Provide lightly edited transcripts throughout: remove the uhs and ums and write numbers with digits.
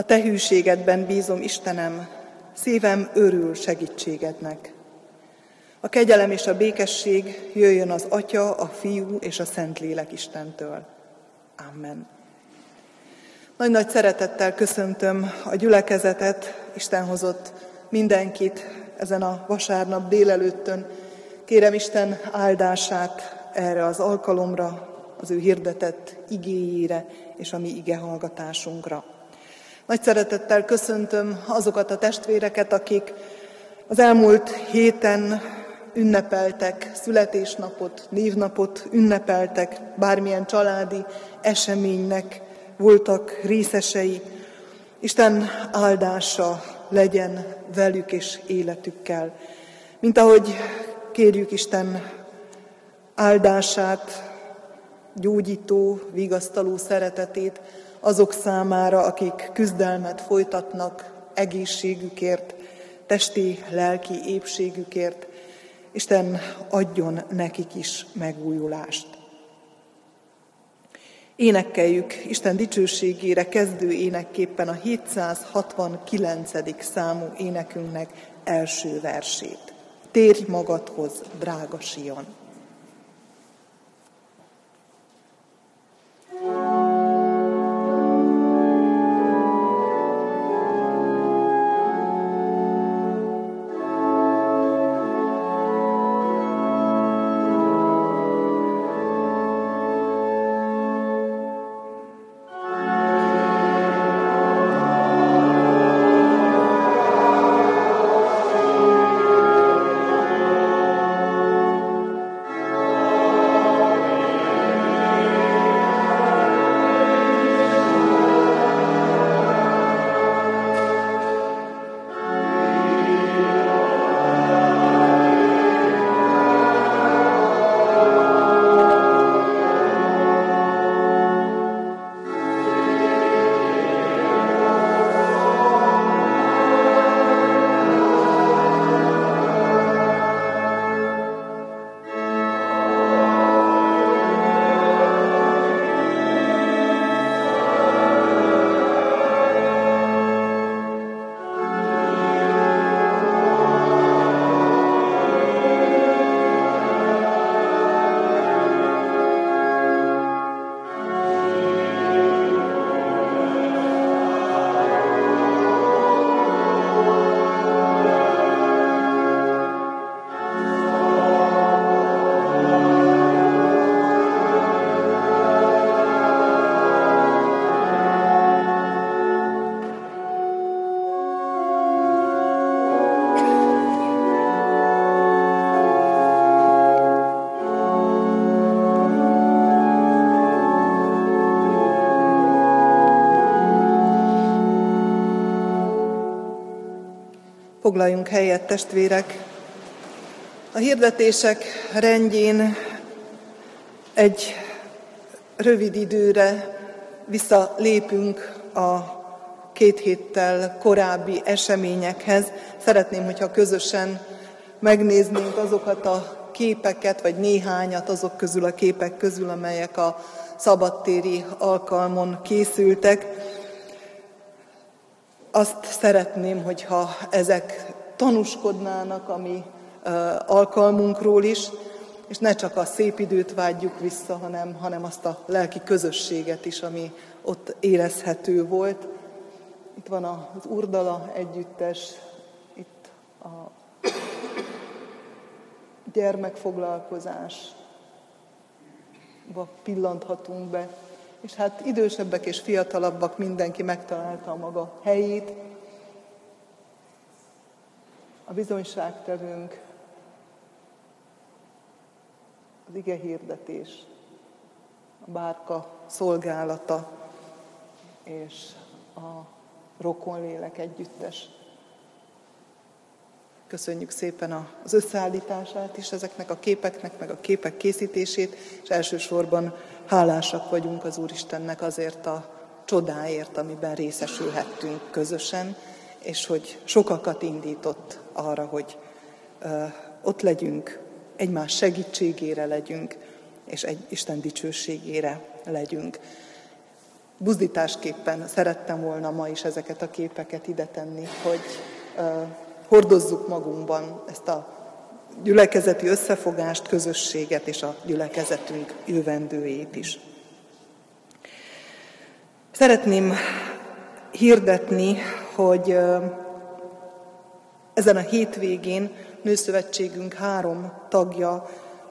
Te hűségedben bízom, Istenem, szívem örül segítségednek. A kegyelem és a békesség jöjjön az Atya, a Fiú és a Szentlélek Istentől. Amen. Nagy-nagy szeretettel köszöntöm a gyülekezetet, Isten hozott mindenkit ezen a vasárnap délelőttön. Kérem Isten áldását erre az alkalomra, az ő hirdetett igéjére és a mi igehallgatásunkra. Nagy szeretettel köszöntöm azokat a testvéreket, akik az elmúlt héten ünnepeltek születésnapot, névnapot ünnepeltek, bármilyen családi eseménynek voltak részesei. Isten áldása legyen velük és életükkel. Mint ahogy kérjük Isten áldását, gyógyító, vigasztaló szeretetét azok számára, akik küzdelmet folytatnak egészségükért, testi, lelki épségükért. Isten adjon nekik is megújulást. Énekkeljük Isten dicsőségére kezdő énekképpen a 769. számú énekünknek első versét. Térj magadhoz, drága Sion! Foglaljunk helyet, testvérek! A hirdetések rendjén egy rövid időre visszalépünk a 2 héttel korábbi eseményekhez. Szeretném, hogyha közösen megnéznénk azokat a képeket, vagy néhányat azok közül a képek közül, amelyek a szabadtéri alkalmon készültek. Azt szeretném, hogyha ezek tanúskodnának a mi alkalmunkról is, és ne csak a szép időt vágyjuk vissza, hanem azt a lelki közösséget is, ami ott érezhető volt. Itt van az Urdala együttes, itt a gyermekfoglalkozásba pillanthatunk be. És hát idősebbek és fiatalabbak, mindenki megtalálta a maga helyét. A bizonyságtevőnk, az igehirdetés, a bárka szolgálata és a rokonlélek együttes. Köszönjük szépen az összeállítását is ezeknek a képeknek, meg a képek készítését, és elsősorban hálásak vagyunk az Úristennek azért a csodáért, amiben részesülhettünk közösen, és hogy sokakat indított arra, hogy ott legyünk, egymás segítségére legyünk, és egy Isten dicsőségére legyünk. buzdításképpen szerettem volna ma is ezeket a képeket ide tenni, hogy hordozzuk magunkban ezt a gyülekezeti összefogást, közösséget és a gyülekezetünk jövendőjét is. Szeretném hirdetni, hogy ezen a hétvégén Nőszövetségünk 3 tagja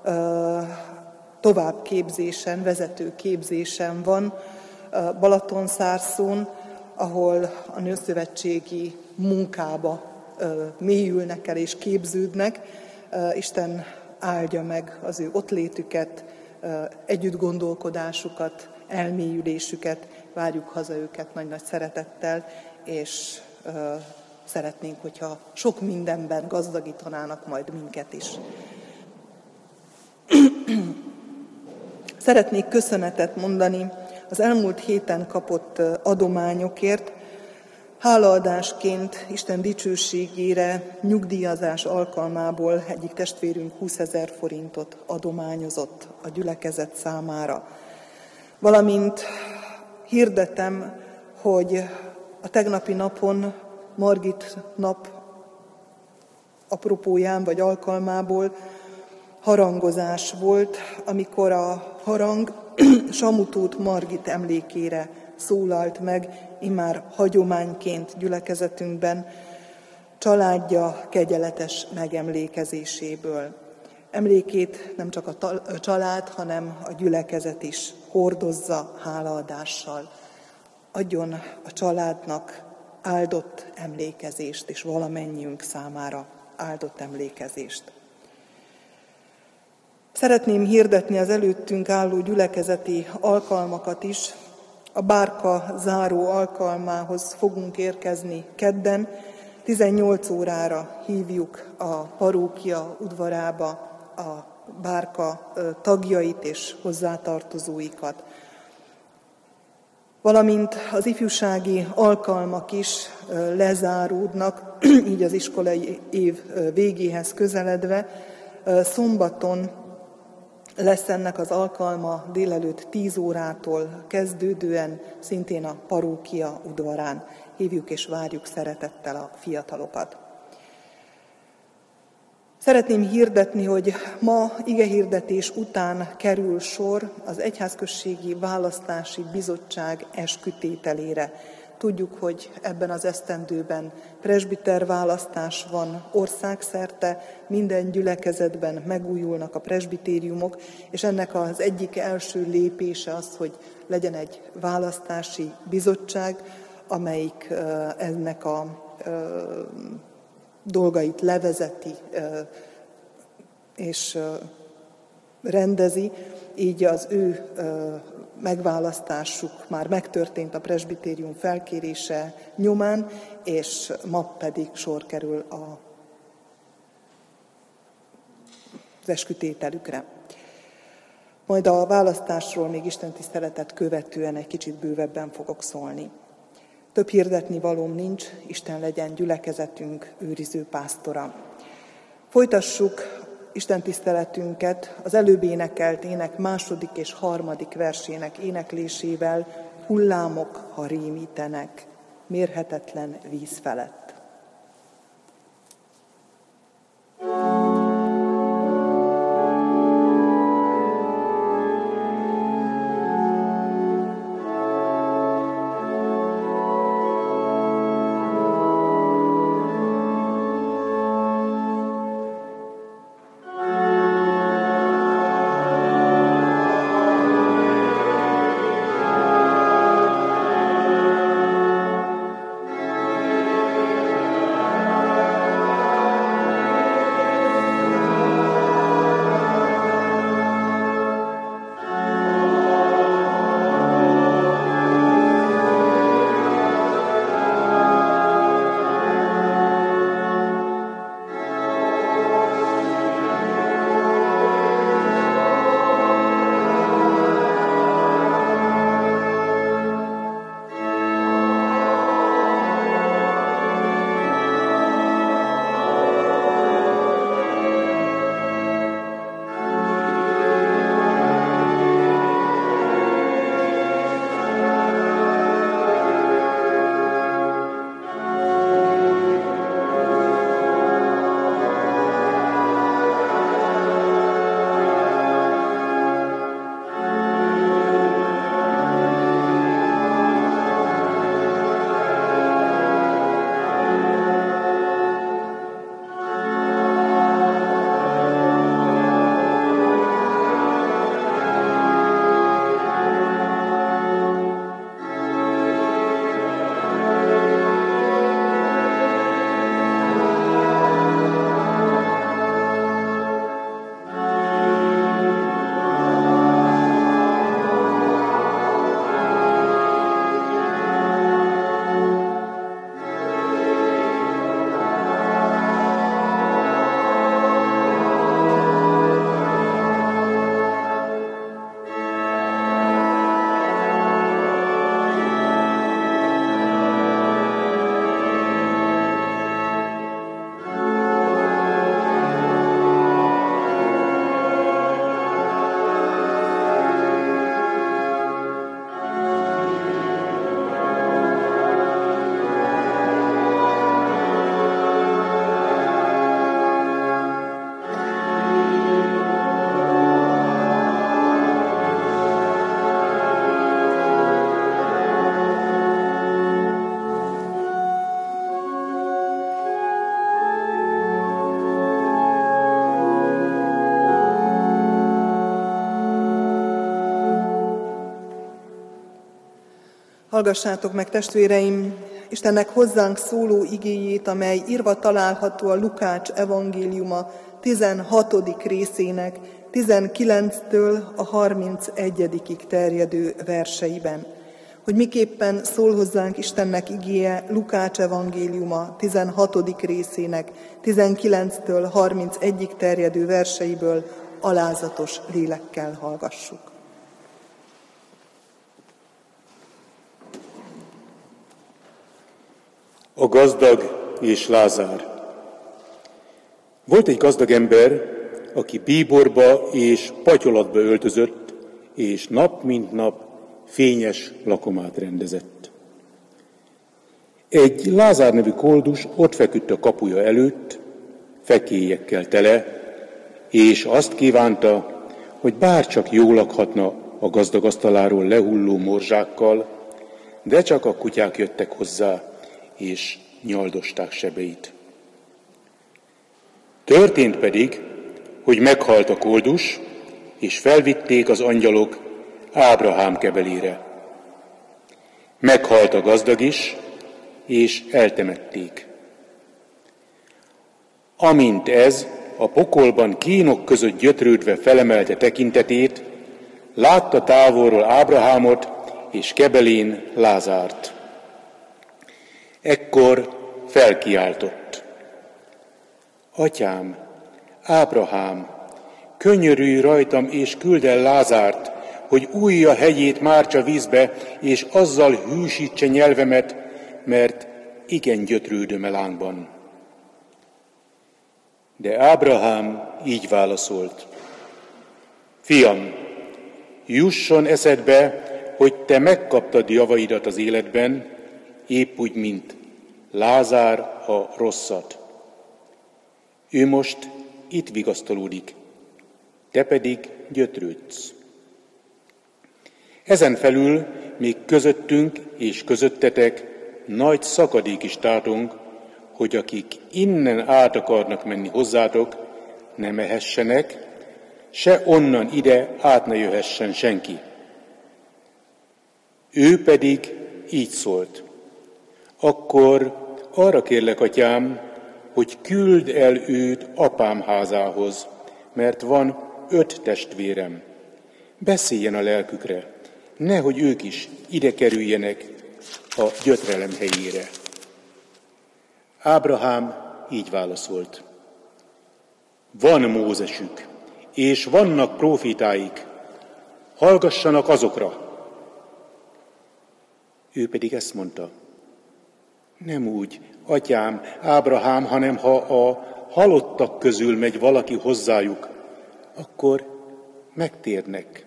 továbbképzésen, vezetőképzésen van Balatonszárszón, ahol a nőszövetségi munkába mélyülnek el és képződnek. Isten áldja meg az ő ottlétüket, együttgondolkodásukat, elmélyülésüket, várjuk haza őket nagy-nagy szeretettel, és szeretnénk, hogyha sok mindenben gazdagítanának majd minket is. Szeretnék köszönetet mondani az elmúlt héten kapott adományokért. Hálaadásként Isten dicsőségére nyugdíjazás alkalmából egyik testvérünk 20 000 forintot adományozott a gyülekezet számára. Valamint hirdetem, hogy a tegnapi napon, Margit nap apropóján vagy alkalmából harangozás volt, amikor a harang Samutót Margit emlékére szólalt meg, immár hagyományként gyülekezetünkben, családja kegyeletes megemlékezéséből. Emlékét nem csak a család, hanem a gyülekezet is hordozza hálaadással. Adjon a családnak áldott emlékezést, és valamennyiünk számára áldott emlékezést. Szeretném hirdetni az előttünk álló gyülekezeti alkalmakat is. A bárka záró alkalmához fogunk érkezni kedden. 18 órára hívjuk a parókia udvarába a bárka tagjait és hozzátartozóikat. Valamint az ifjúsági alkalmak is lezáródnak, így az iskolai év végéhez közeledve. Szombaton lesz ennek az alkalma délelőtt 10 órától kezdődően, szintén a parókia udvarán. Hívjuk és várjuk szeretettel a fiatalokat. Szeretném hirdetni, hogy ma igehirdetés után kerül sor az Egyházközségi Választási Bizottság eskütételére. Tudjuk, hogy ebben az esztendőben presbiter választás van országszerte, minden gyülekezetben megújulnak a presbitériumok, és ennek az egyik első lépése az, hogy legyen egy választási bizottság, amelyik ennek a dolgait levezeti és rendezi, így az ő megválasztásuk már megtörtént a presbitérium felkérése nyomán, és ma pedig sor kerül az eskütételükre. Majd a választásról még istentiszteletet követően egy kicsit bővebben fogok szólni. Több hirdetni valóm nincs, Isten legyen gyülekezetünk őriző pásztora. Folytassuk istentiszteletünket az előbb énekelt ének 2. és 3. versének éneklésével, hullámok, ha rémítenek, mérhetetlen víz felett. Hallgassátok meg, testvéreim, Istennek hozzánk szóló igéjét, amely írva található a Lukács evangéliuma 16. részének 19-től a 31-ig terjedő verseiben. Hogy miképpen szól hozzánk Istennek igéje Lukács evangéliuma 16. részének 19-től 31-ig terjedő verseiből alázatos lélekkel hallgassuk. A gazdag és Lázár. Volt egy gazdag ember, aki bíborba és patyolatba öltözött, és nap mint nap fényes lakomát rendezett. Egy Lázár nevű koldus ott feküdt a kapuja előtt, fekélyekkel tele, és azt kívánta, hogy bárcsak jól lakhatna a gazdag asztaláról lehulló morzsákkal, de csak a kutyák jöttek hozzá, és nyaldosták sebeit. Történt pedig, hogy meghalt a koldus, és felvitték az angyalok Ábrahám kebelére. Meghalt a gazdag is, és eltemették. Amint ez a pokolban kínok között gyötrődve felemelte tekintetét, látta távolról Ábrahámot és kebelén Lázárt. Ekkor felkiáltott: Atyám, Ábrahám, könyörülj rajtam, és küld el Lázárt, hogy újja hegyét mártsa vízbe, és azzal hűsítse nyelvemet, mert igen gyötrődöm a lángban. De Ábrahám így válaszolt: Fiam, jusson eszedbe, hogy te megkaptad javaidat az életben, épp úgy, mint Lázár a rosszat. Ő most itt vigasztalódik, te pedig gyötrődsz. Ezen felül még közöttünk és közöttetek nagy szakadék is tátong, hogy akik innen át akarnak menni hozzátok, ne mehessenek, se onnan ide át ne jöhessen senki. Ő pedig így szólt: Akkor arra kérlek, atyám, hogy küld el őt apám házához, mert van 5 testvérem. Beszéljen a lelkükre, nehogy ők is ide kerüljenek a gyötrelem helyére. Ábrahám így válaszolt: Van Mózesük, és vannak prófétáik, hallgassanak azokra. Ő pedig ezt mondta: Nem úgy, atyám, Ábrahám, hanem ha a halottak közül megy valaki hozzájuk, akkor megtérnek.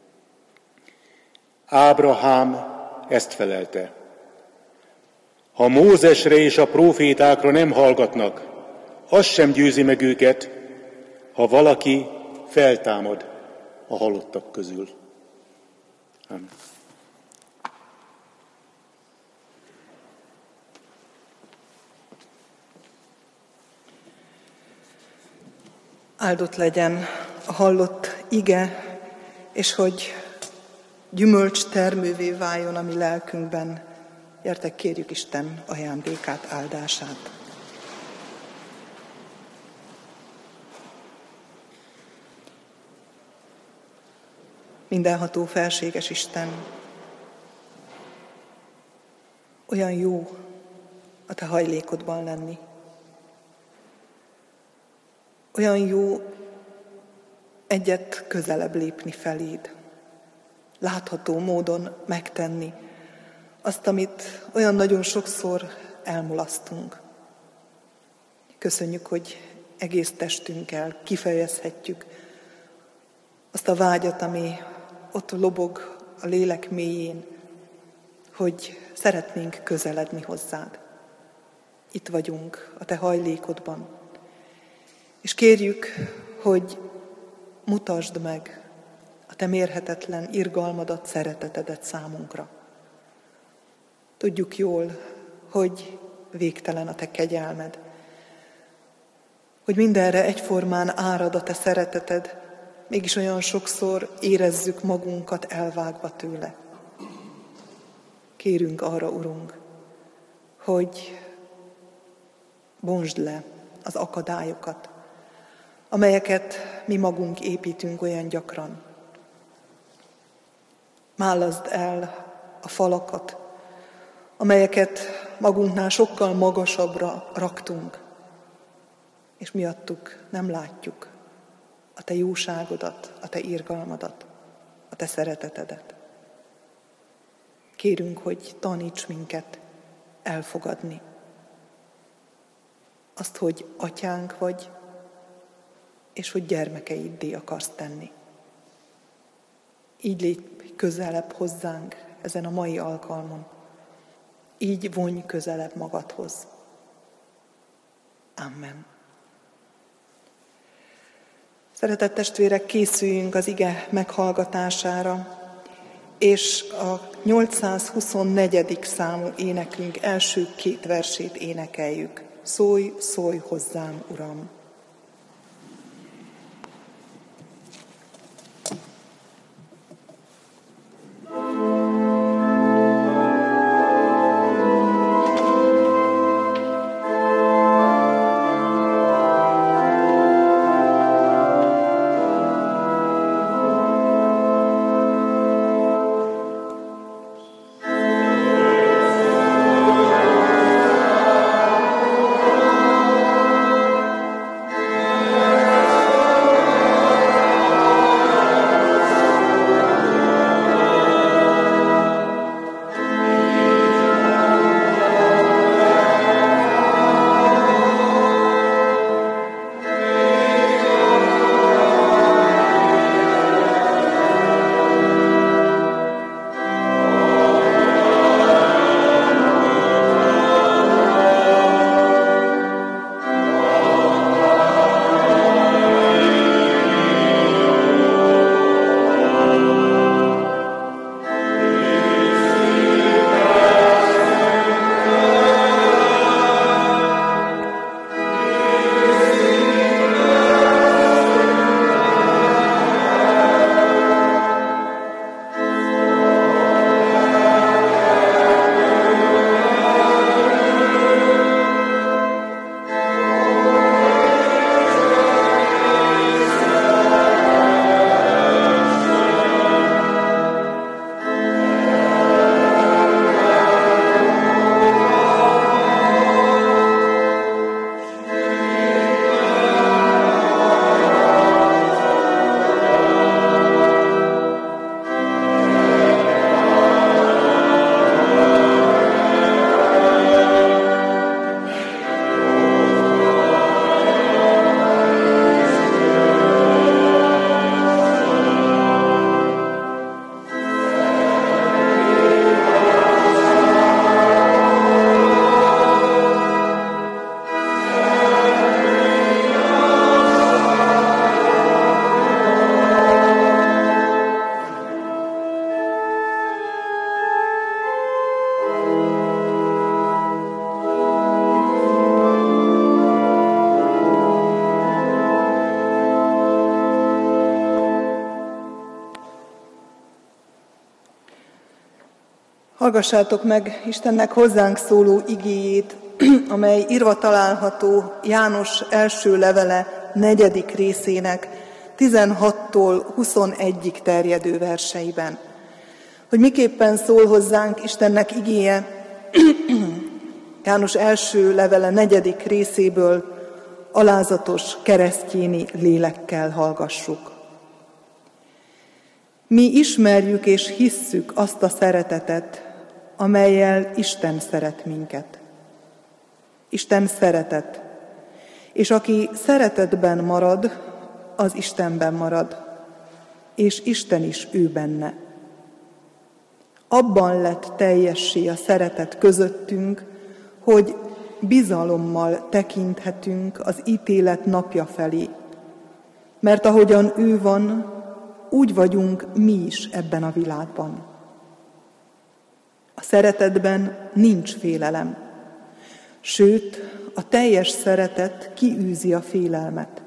Ábrahám ezt felelte: Ha Mózesre és a prófétákra nem hallgatnak, az sem győzi meg őket, ha valaki feltámad a halottak közül. Amen. Áldott legyen a hallott ige, és hogy gyümölcs termővé váljon a mi lelkünkben. Gyertek, kérjük Isten ajándékát, áldását. Mindenható, felséges Isten, olyan jó a te hajlékodban lenni. Olyan jó egyet közelebb lépni feléd, látható módon megtenni azt, amit olyan nagyon sokszor elmulasztunk. Köszönjük, hogy egész testünkkel kifejezhetjük azt a vágyat, ami ott lobog a lélek mélyén, hogy szeretnénk közeledni hozzád. Itt vagyunk a te hajlékodban, és kérjük, hogy mutasd meg a te mérhetetlen irgalmadat, szeretetedet számunkra. Tudjuk jól, hogy végtelen a te kegyelmed, hogy mindenre egyformán árad a te szereteted, mégis olyan sokszor érezzük magunkat elvágva tőle. Kérünk arra, Urunk, hogy bontsd le az akadályokat, amelyeket mi magunk építünk olyan gyakran. Málazd el a falakat, amelyeket magunknál sokkal magasabbra raktunk, és miattuk nem látjuk a Te jóságodat, a Te irgalmadat, a Te szeretetedet. Kérünk, hogy taníts minket elfogadni azt, hogy atyánk vagy, és hogy gyermekeiddé akarsz tenni. Így lépj közelebb hozzánk ezen a mai alkalmon. Így vonj közelebb magadhoz. Amen. Szeretett testvérek, készüljünk az ige meghallgatására, és a 824. számú énekünk első 2 versét énekeljük. Szólj, szólj hozzám, Uram! Hallgassátok meg Istennek hozzánk szóló igéjét, amely írva található János első levele 4. részének 16-tól 21-ig terjedő verseiben. Hogy miképpen szól hozzánk Istennek igéje, János első levele 4. részéből alázatos keresztjéni lélekkel hallgassuk. Mi ismerjük és hisszük azt a szeretetet, amellyel Isten szeret minket. Isten szeretet, és aki szeretetben marad, az Istenben marad, és Isten is ő benne. Abban lett teljessé a szeretet közöttünk, hogy bizalommal tekinthetünk az ítélet napja felé, mert ahogyan ő van, úgy vagyunk mi is ebben a világban. A szeretetben nincs félelem, sőt, a teljes szeretet kiűzi a félelmet,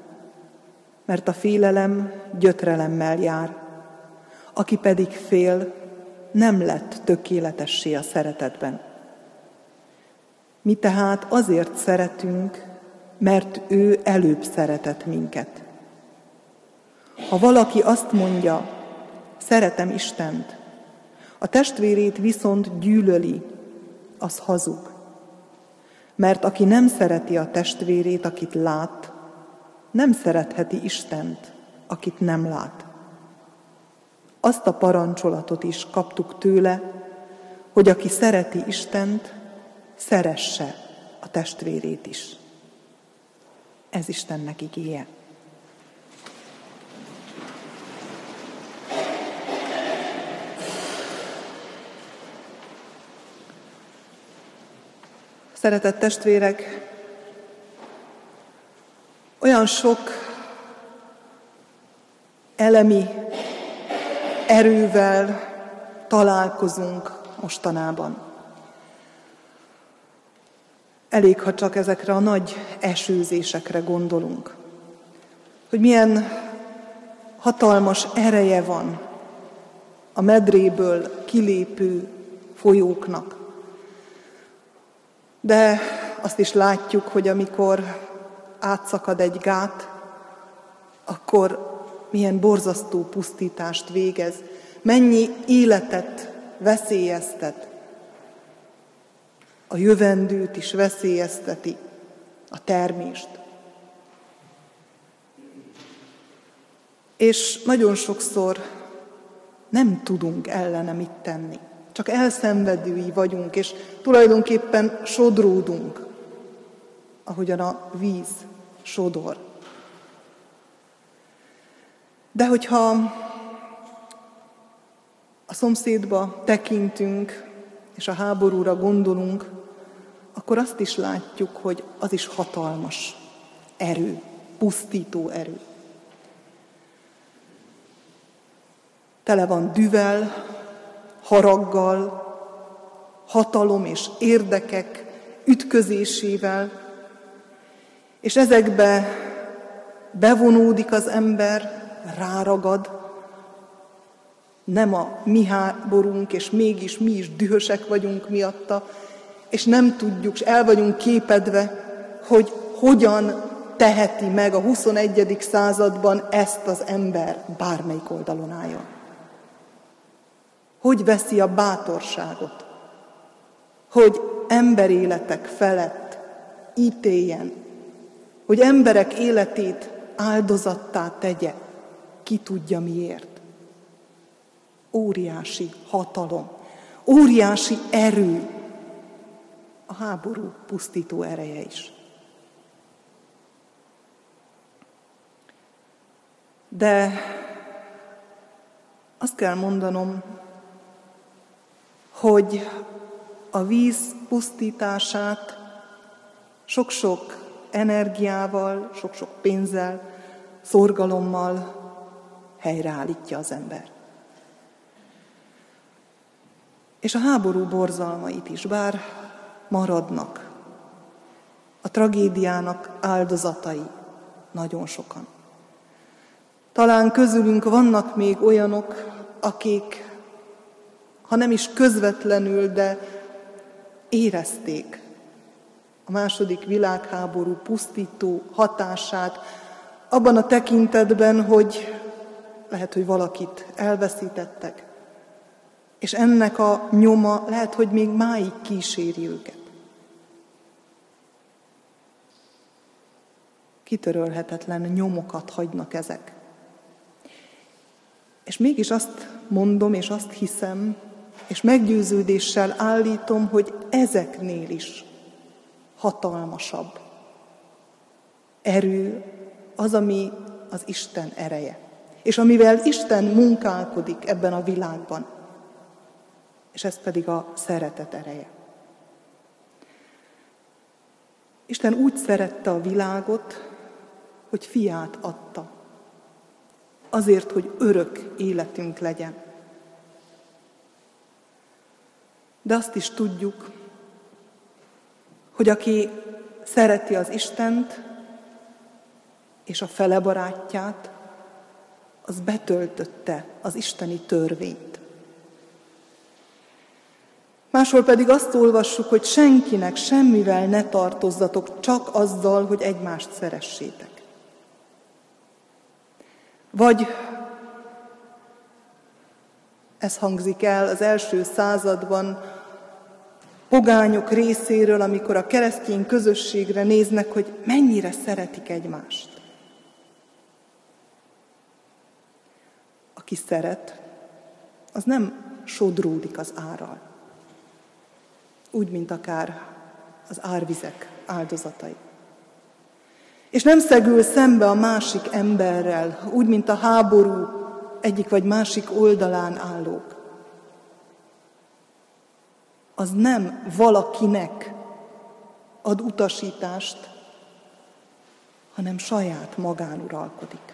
mert a félelem gyötrelemmel jár, aki pedig fél, nem lett tökéletessé a szeretetben. Mi tehát azért szeretünk, mert ő előbb szeretett minket. Ha valaki azt mondja, szeretem Istent, a testvérét viszont gyűlöli, az hazug. Mert aki nem szereti a testvérét, akit lát, nem szeretheti Istent, akit nem lát. Azt a parancsolatot is kaptuk tőle, hogy aki szereti Istent, szeresse a testvérét is. Ez Istennek igéje. Szeretett testvérek, olyan sok elemi erővel találkozunk mostanában. Elég, ha csak ezekre a nagy esőzésekre gondolunk, hogy milyen hatalmas ereje van a medréből kilépő folyóknak. De azt is látjuk, hogy amikor átszakad egy gát, akkor milyen borzasztó pusztítást végez, mennyi életet veszélyeztet, a jövendőt is veszélyezteti, a termést. És nagyon sokszor nem tudunk ellene mit tenni. Csak elszenvedői vagyunk, és tulajdonképpen sodródunk, ahogyan a víz sodor. De hogyha a szomszédba tekintünk, és a háborúra gondolunk, akkor azt is látjuk, hogy az is hatalmas erő, pusztító erő. Tele van dühvel, haraggal, hatalom és érdekek ütközésével, és ezekbe bevonódik az ember, ráragad, nem a mi háborunk, és mégis mi is dühösek vagyunk miatta, és nem tudjuk, és el vagyunk képedve, hogy hogyan teheti meg a 21. században ezt az ember, bármelyik oldalon álljon. Hogy veszi a bátorságot, hogy emberéletek felett ítéljen, hogy emberek életét áldozattá tegye, ki tudja miért. Óriási hatalom, óriási erő, a háború pusztító ereje is. De azt kell mondanom, hogy a víz pusztítását sok-sok energiával, sok-sok pénzzel, szorgalommal helyreállítja az ember. És a háború borzalmait is, bár maradnak, a tragédiának áldozatai nagyon sokan. Talán közülünk vannak még olyanok, akik, ha nem is közvetlenül, de érezték a II. Világháború pusztító hatását abban a tekintetben, hogy lehet, hogy valakit elveszítettek, és ennek a nyoma lehet, hogy még máig kíséri őket. Kitörölhetetlen nyomokat hagynak ezek. És mégis azt mondom, és azt hiszem, és meggyőződéssel állítom, hogy ezeknél is hatalmasabb erő az, ami az Isten ereje. És amivel Isten munkálkodik ebben a világban. És ez pedig a szeretet ereje. Isten úgy szerette a világot, hogy fiát adta. Azért, hogy örök életünk legyen. De azt is tudjuk, hogy aki szereti az Istent és a fele barátját, az betöltötte az isteni törvényt. Máshol pedig azt olvassuk, hogy senkinek semmivel ne tartozzatok, csak azzal, hogy egymást szeressétek. Vagy ez hangzik el az első században pogányok részéről, amikor a keresztény közösségre néznek, hogy mennyire szeretik egymást. Aki szeret, az nem sodródik az árral. Úgy, mint akár az árvizek áldozatai. És nem szegül szembe a másik emberrel, úgy, mint a háború egyik vagy másik oldalán állók. Az nem valakinek ad utasítást, hanem saját magán uralkodik.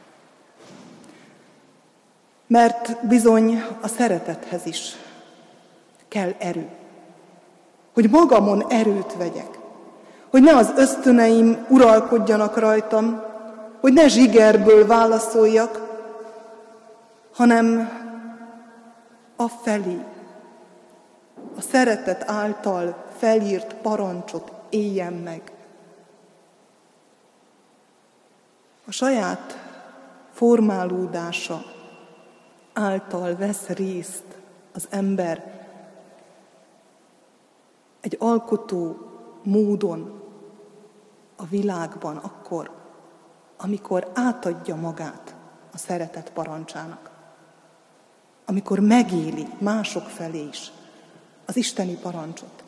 Mert bizony a szeretethez is kell erő. Hogy magamon erőt vegyek. Hogy ne az ösztöneim uralkodjanak rajtam, hogy ne zsigerből válaszoljak, hanem afelé, a szeretet által felírt parancsot éljem meg. A saját formálódása által vesz részt az ember egy alkotó módon a világban akkor, amikor átadja magát a szeretet parancsának. Amikor megéli mások felé is az isteni parancsot.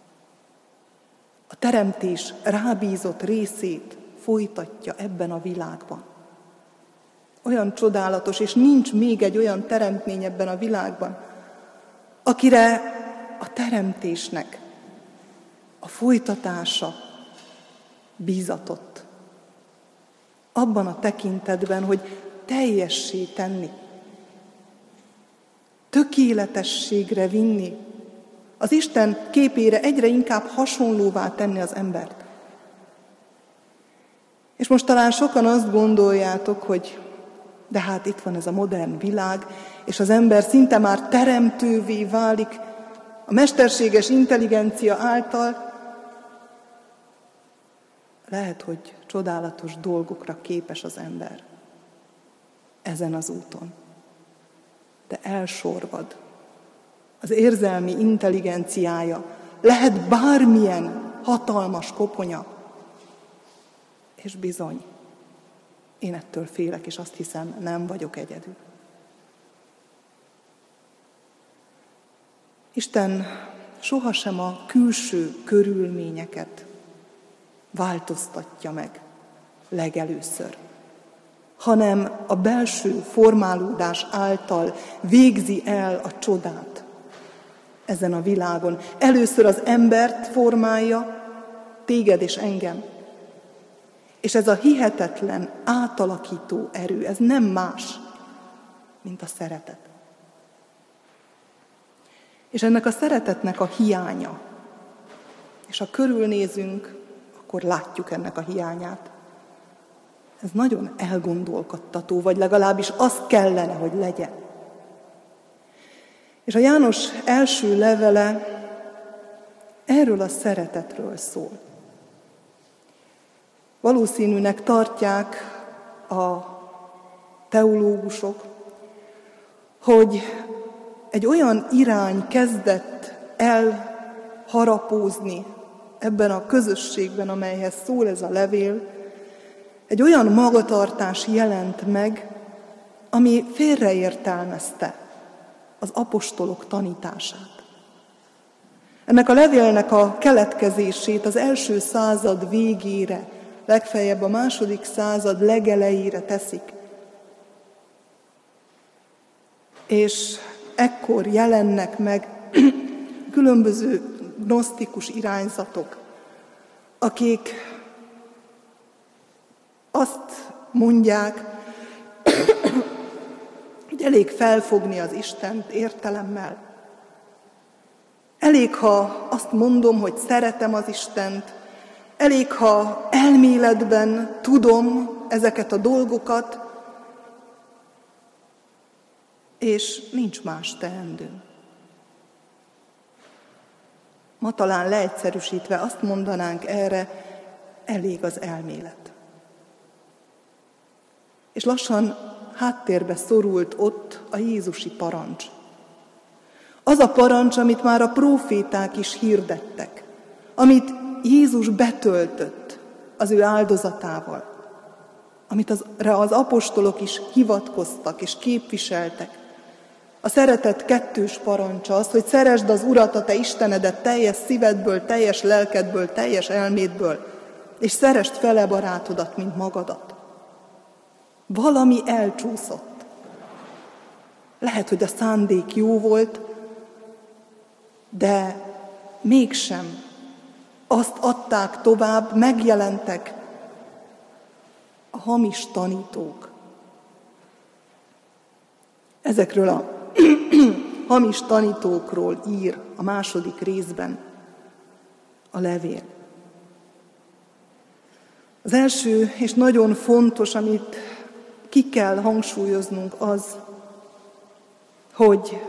A teremtés rábízott részét folytatja ebben a világban. Olyan csodálatos, és nincs még egy olyan teremtmény ebben a világban, akire a teremtésnek a folytatása bízatott. Abban a tekintetben, hogy teljessé tenni, tökéletességre vinni, az Isten képére egyre inkább hasonlóvá tenni az embert. És most talán sokan azt gondoljátok, hogy de hát itt van ez a modern világ, és az ember szinte már teremtővé válik a mesterséges intelligencia által. Lehet, hogy csodálatos dolgokra képes az ember ezen az úton. De elsorvad. Az érzelmi intelligenciája lehet bármilyen hatalmas koponya. És bizony, én ettől félek, és azt hiszem, nem vagyok egyedül. Isten sohasem a külső körülményeket változtatja meg legelőször, hanem a belső formálódás által végzi el a csodát ezen a világon. Először az embert formálja, téged és engem. És ez a hihetetlen átalakító erő, ez nem más, mint a szeretet. És ennek a szeretetnek a hiánya, és ha körülnézünk, akkor látjuk ennek a hiányát. Ez nagyon elgondolkodtató, vagy legalábbis az kellene, hogy legyen. És a János első levele erről a szeretetről szól. Valószínűnek tartják a teológusok, hogy egy olyan irány kezdett elharapózni ebben a közösségben, amelyhez szól ez a levél, egy olyan magatartás jelent meg, ami félreértelmezte az apostolok tanítását. Ennek a levélnek a keletkezését az első század végére, legfeljebb a második század legelejére teszik. És ekkor jelennek meg különböző gnosztikus irányzatok, akik azt mondják, hogy elég felfogni az Istent értelemmel. Elég, ha azt mondom, hogy szeretem az Istent, elég, ha elméletben tudom ezeket a dolgokat, és nincs más teendőm. Ma talán leegyszerűsítve azt mondanánk erre, elég az elmélet. És lassan háttérbe szorult ott a jézusi parancs. Az a parancs, amit már a próféták is hirdettek, amit Jézus betöltött az ő áldozatával, amit az apostolok is hivatkoztak és képviseltek. A szeretet kettős parancsa az, hogy szeresd az Urat, a te Istenedet teljes szívedből, teljes lelkedből, teljes elmédből, és szeresd fele barátodat, mint magadat. Valami elcsúszott. Lehet, hogy a szándék jó volt, de mégsem azt adták tovább, megjelentek a hamis tanítók. Ezekről a hamis tanítókról ír a második részben a levél. Az első és nagyon fontos, amit ki kell hangsúlyoznunk az, hogy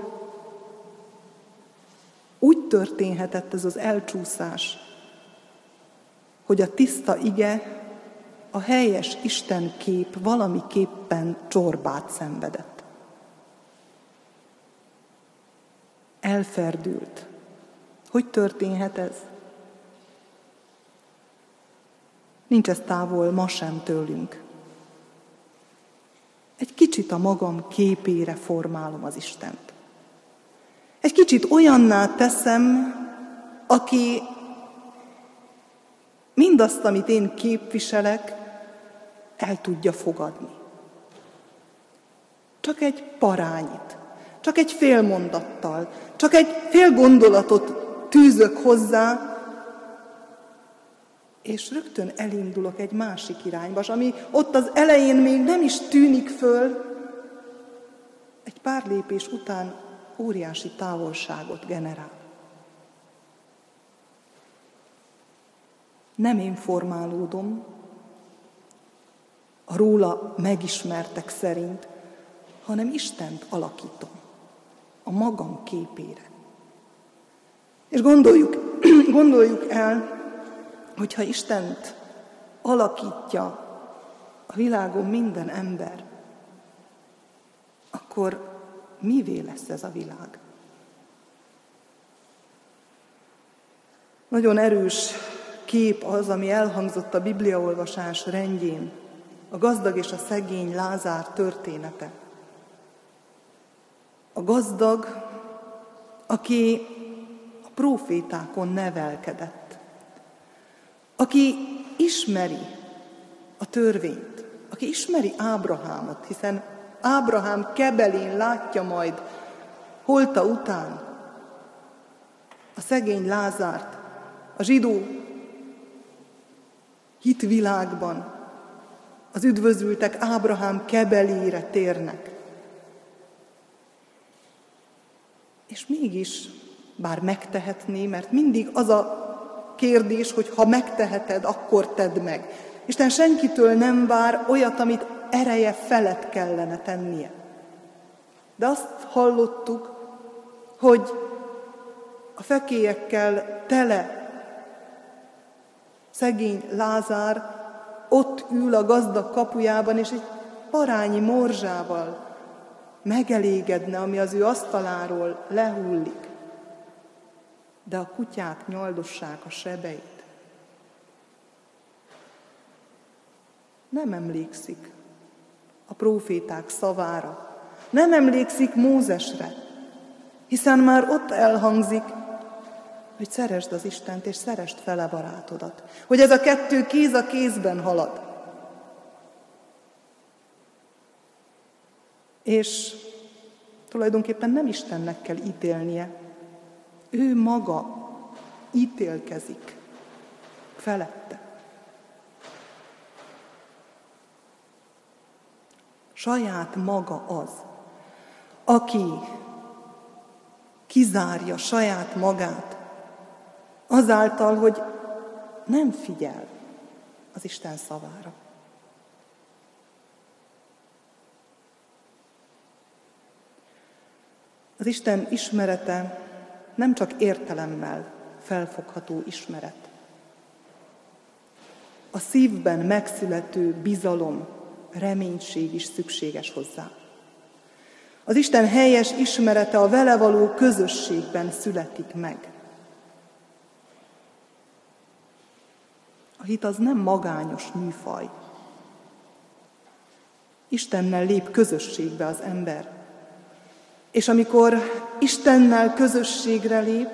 úgy történhetett ez az elcsúszás, hogy a tiszta ige, a helyes Isten kép valamiképpen csorbát szenvedett. Elferdült. Hogy történhet ez? Nincs ez távol ma sem tőlünk. Egy kicsit a magam képére formálom az Istent. Egy kicsit olyanná teszem, aki mindazt, amit én képviselek, el tudja fogadni. Csak egy parányit, csak egy fél mondattal, csak egy fél gondolatot tűzök hozzá, és rögtön elindulok egy másik irányba, és ami ott az elején még nem is tűnik föl, egy pár lépés után óriási távolságot generál. Nem én formálódom a róla megismertek szerint, hanem Istent alakítom a magam képére. És gondoljuk el, hogyha Istent alakítja a világon minden ember, akkor mivé lesz ez a világ? Nagyon erős kép az, ami elhangzott a bibliaolvasás rendjén, a gazdag és a szegény Lázár története. A gazdag, aki a prófétákon nevelkedett, aki ismeri a törvényt, aki ismeri Ábrahámot, hiszen Ábrahám kebelén látja majd holta után a szegény Lázárt, a zsidó hitvilágban az üdvözültek Ábrahám kebelére térnek. És mégis, bár megtehetné, mert mindig az a kérdés, hogy ha megteheted, akkor tedd meg. Isten senkitől nem vár olyat, amit ereje felett kellene tennie. De azt hallottuk, hogy a fekélyekkel tele szegény Lázár ott ül a gazdag kapujában, és egy parányi morzsával megelégedne, ami az ő asztaláról lehullik. De a kutyák nyaldossák a sebeit. Nem emlékszik a próféták szavára, nem emlékszik Mózesre, hiszen már ott elhangzik, hogy szeresd az Istent, és szeresd fele barátodat. Hogy ez a kettő kéz a kézben halad. És tulajdonképpen nem Istennek kell ítélnie, ő maga ítélkezik felette. Saját maga az, aki kizárja saját magát azáltal, hogy nem figyel az Isten szavára. Az Isten ismerete nem csak értelemmel felfogható ismeret. A szívben megszülető bizalom, reménység is szükséges hozzá. Az Isten helyes ismerete a vele való közösségben születik meg. A hit az nem magányos műfaj. Istennel lép közösségbe az ember. És amikor Istennel közösségre lép,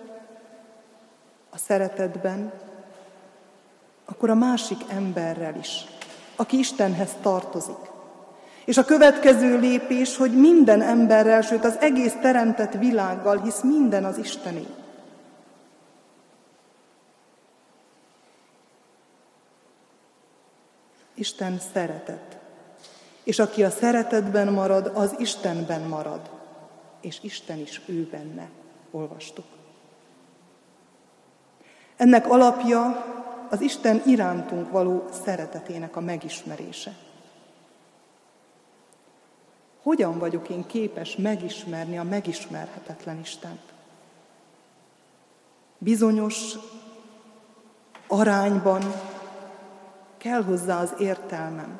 a szeretetben, akkor a másik emberrel is, aki Istenhez tartozik. És a következő lépés, hogy minden emberrel, sőt az egész teremtett világgal, hisz minden az Istené. Isten szeretet. És aki a szeretetben marad, az Istenben marad. És Isten is ő benne, olvastuk. Ennek alapja az Isten irántunk való szeretetének a megismerése. Hogyan vagyok én képes megismerni a megismerhetetlen Istent? Bizonyos arányban kell hozzá az értelmem.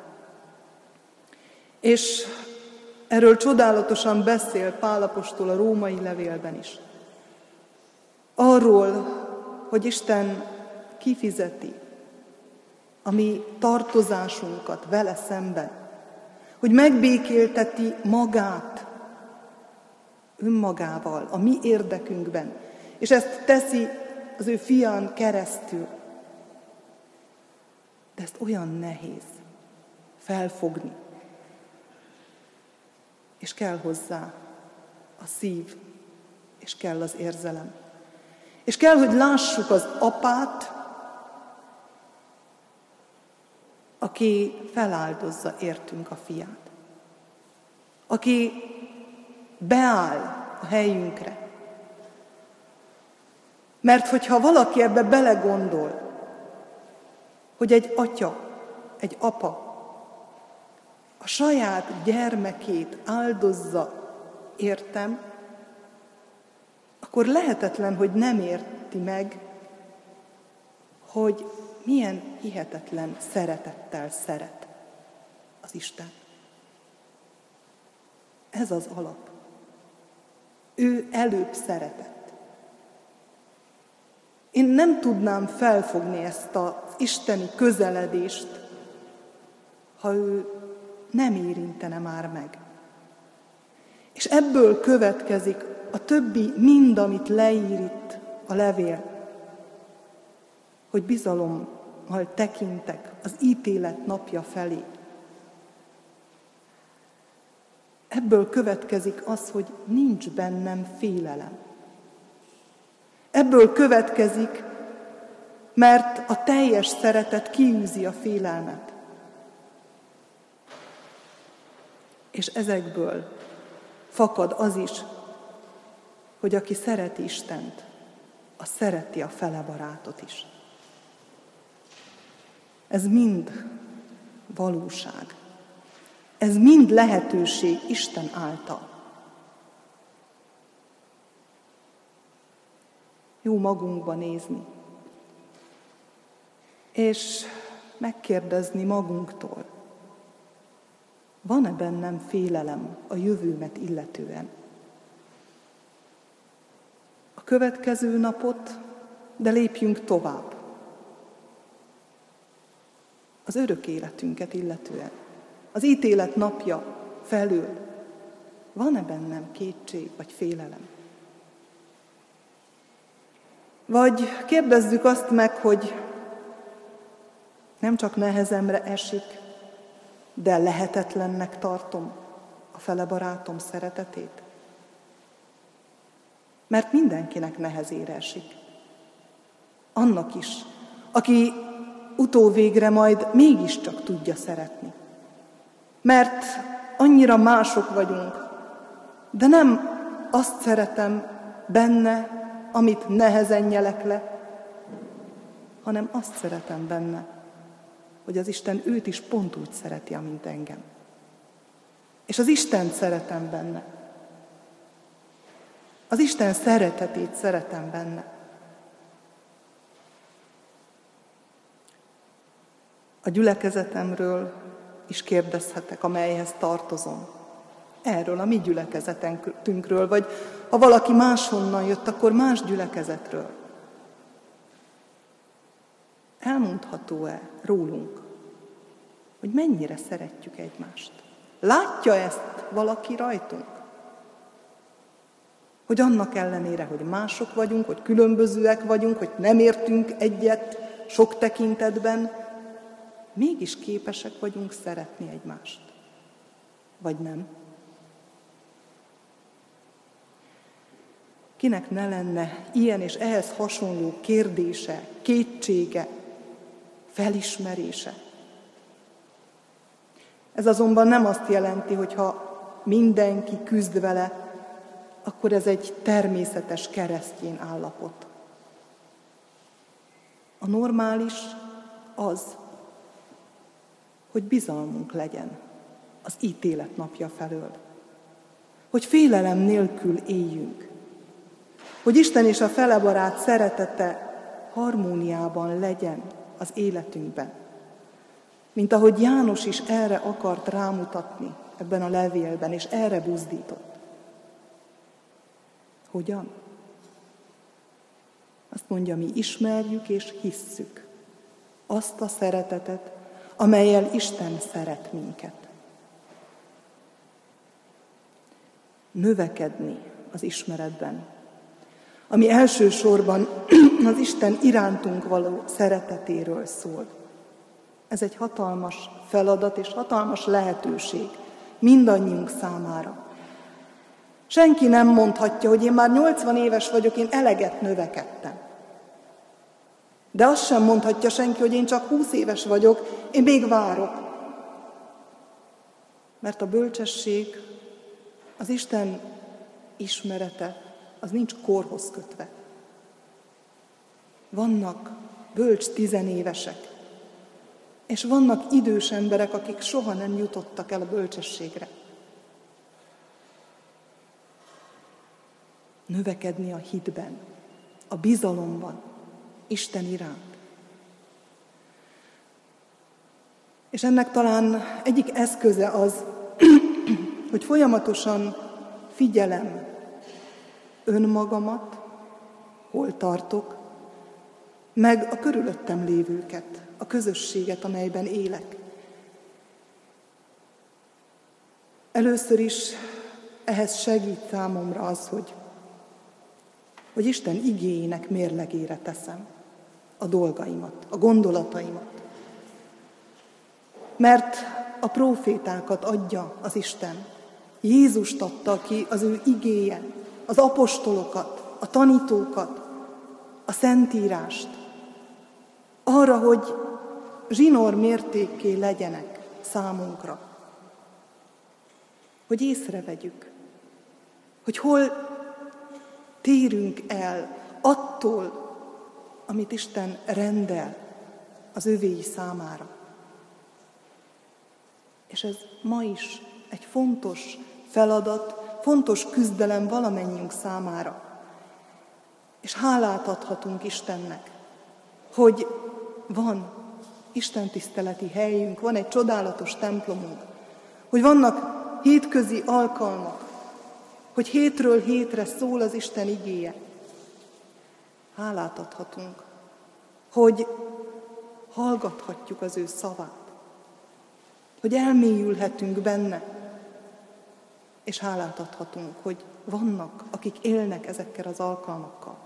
És erről csodálatosan beszél Pál apostol a római levélben is. Arról, hogy Isten kifizeti a mi tartozásunkat vele szemben, hogy megbékélteti magát önmagával, a mi érdekünkben, és ezt teszi az ő fián keresztül. De ezt olyan nehéz felfogni, és kell hozzá a szív, és kell az érzelem. És kell, hogy lássuk az apát, aki feláldozza értünk a fiát. Aki beáll a helyünkre. Mert hogyha valaki ebbe belegondol, hogy egy atya, egy apa a saját gyermekét áldozza értem, akkor lehetetlen, hogy nem érti meg, hogy milyen hihetetlen szeretettel szeret az Isten. Ez az alap. Ő előbb szeretett. Én nem tudnám felfogni ezt az isteni közeledést, ha ő nem érintene már meg. És ebből következik a többi mind, amit leír itt a levél, hogy bizalommal tekintek az ítélet napja felé. Ebből következik az, hogy nincs bennem félelem. Ebből következik, mert a teljes szeretet kiűzi a félelmet. És ezekből fakad az is, hogy aki szereti Istent, az szereti a fele barátot is. Ez mind valóság. Ez mind lehetőség Isten által. Jó magunkba nézni, és megkérdezni magunktól, van-e bennem félelem a jövőmet illetően? A következő napot, de lépjünk tovább. Az örök életünket illetően, az ítélet napja felől, van-e bennem kétség vagy félelem? Vagy kérdezzük azt meg, hogy nem csak nehezemre esik, de lehetetlennek tartom a fele barátom szeretetét? Mert mindenkinek nehezére esik. Annak is, aki utóvégre majd mégiscsak tudja szeretni. Mert annyira mások vagyunk, de nem azt szeretem benne, amit nehezen nyelek le, hanem azt szeretem benne, hogy az Isten őt is pont úgy szereti, amint engem. És az Istent szeretem benne. Az Isten szeretetét szeretem benne. A gyülekezetemről is kérdezhetek, amelyhez tartozom. Erről, a mi gyülekezetünkről, vagy ha valaki máshonnan jött, akkor más gyülekezetről. Elmondható-e rólunk, hogy mennyire szeretjük egymást? Látja ezt valaki rajtunk? Hogy annak ellenére, hogy mások vagyunk, hogy különbözőek vagyunk, hogy nem értünk egyet sok tekintetben, mégis képesek vagyunk szeretni egymást. Vagy nem? Kinek ne lenne ilyen és ehhez hasonló kérdése, kétsége, felismerése? Ez azonban nem azt jelenti, hogy ha mindenki küzd vele, akkor ez egy természetes keresztény állapot. A normális az, hogy bizalmunk legyen az ítélet napja felől. Hogy félelem nélkül éljünk. Hogy Isten és a felebarát szeretete harmóniában legyen az életünkben. Mint ahogy János is erre akart rámutatni ebben a levélben, és erre buzdított. Hogyan? Azt mondja, mi ismerjük és hisszük azt a szeretetet, amellyel Isten szeret minket. Növekedni az ismeretben, ami elsősorban az Isten irántunk való szeretetéről szól. Ez egy hatalmas feladat és hatalmas lehetőség mindannyiunk számára. Senki nem mondhatja, hogy én már 80 éves vagyok, én eleget növekedtem. De azt sem mondhatja senki, hogy én csak 20 éves vagyok, én még várok. Mert a bölcsesség, az Isten ismerete, az nincs korhoz kötve. Vannak bölcs tizenévesek, és vannak idős emberek, akik soha nem jutottak el a bölcsességre. Növekedni a hitben, a bizalomban, Isten iránt. És ennek talán egyik eszköze az, hogy folyamatosan figyelem önmagamat, hol tartok, meg a körülöttem lévőket, a közösséget, amelyben élek. Először is ehhez segít számomra az, hogy Isten igéjének mérlegére teszem a dolgaimat, a gondolataimat. Mert a prófétákat adja az Isten. Jézust adta ki az ő igéje, az apostolokat, a tanítókat, a Szentírást. Arra, hogy zsinór mértékké legyenek számunkra. Hogy észrevegyük, hogy hol térünk el attól, amit Isten rendel az övéi számára. És ez ma is egy fontos feladat, fontos küzdelem valamennyiünk számára. És hálát adhatunk Istennek, hogy van istentiszteleti helyünk, van egy csodálatos templomunk, hogy vannak hétközi alkalmak, hogy hétről hétre szól az Isten igéje. Hálát adhatunk, hogy hallgathatjuk az ő szavát, hogy elmélyülhetünk benne, és hálát adhatunk, hogy vannak, akik élnek ezekkel az alkalmakkal.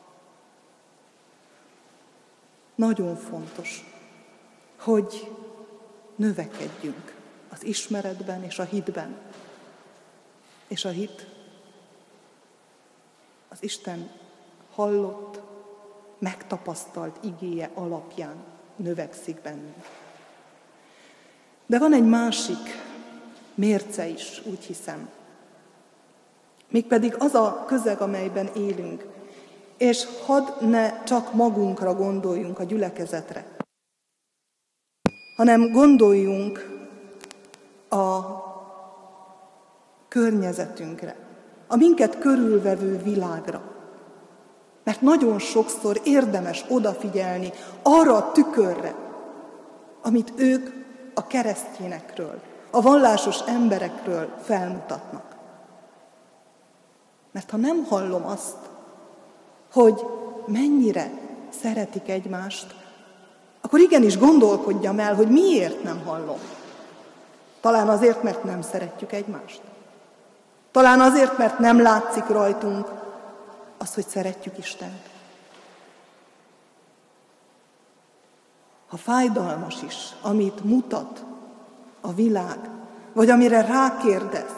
Nagyon fontos, hogy növekedjünk az ismeretben és a hitben. És a hit az Isten hallott, megtapasztalt igéje alapján növekszik bennünk. De van egy másik mérce is, úgy hiszem. Mégpedig az a közeg, amelyben élünk. És hadd ne csak magunkra gondoljunk a gyülekezetre, hanem gondoljunk a környezetünkre, a minket körülvevő világra. Mert nagyon sokszor érdemes odafigyelni arra a tükörre, amit ők a keresztényekről, a vallásos emberekről felmutatnak. Mert ha nem hallom azt, hogy mennyire szeretik egymást, akkor igenis gondolkodjam el, hogy miért nem hallom. Talán azért, mert nem szeretjük egymást. Talán azért, mert nem látszik rajtunk az, hogy szeretjük Istent. Ha fájdalmas is, amit mutat a világ, vagy amire rákérdez,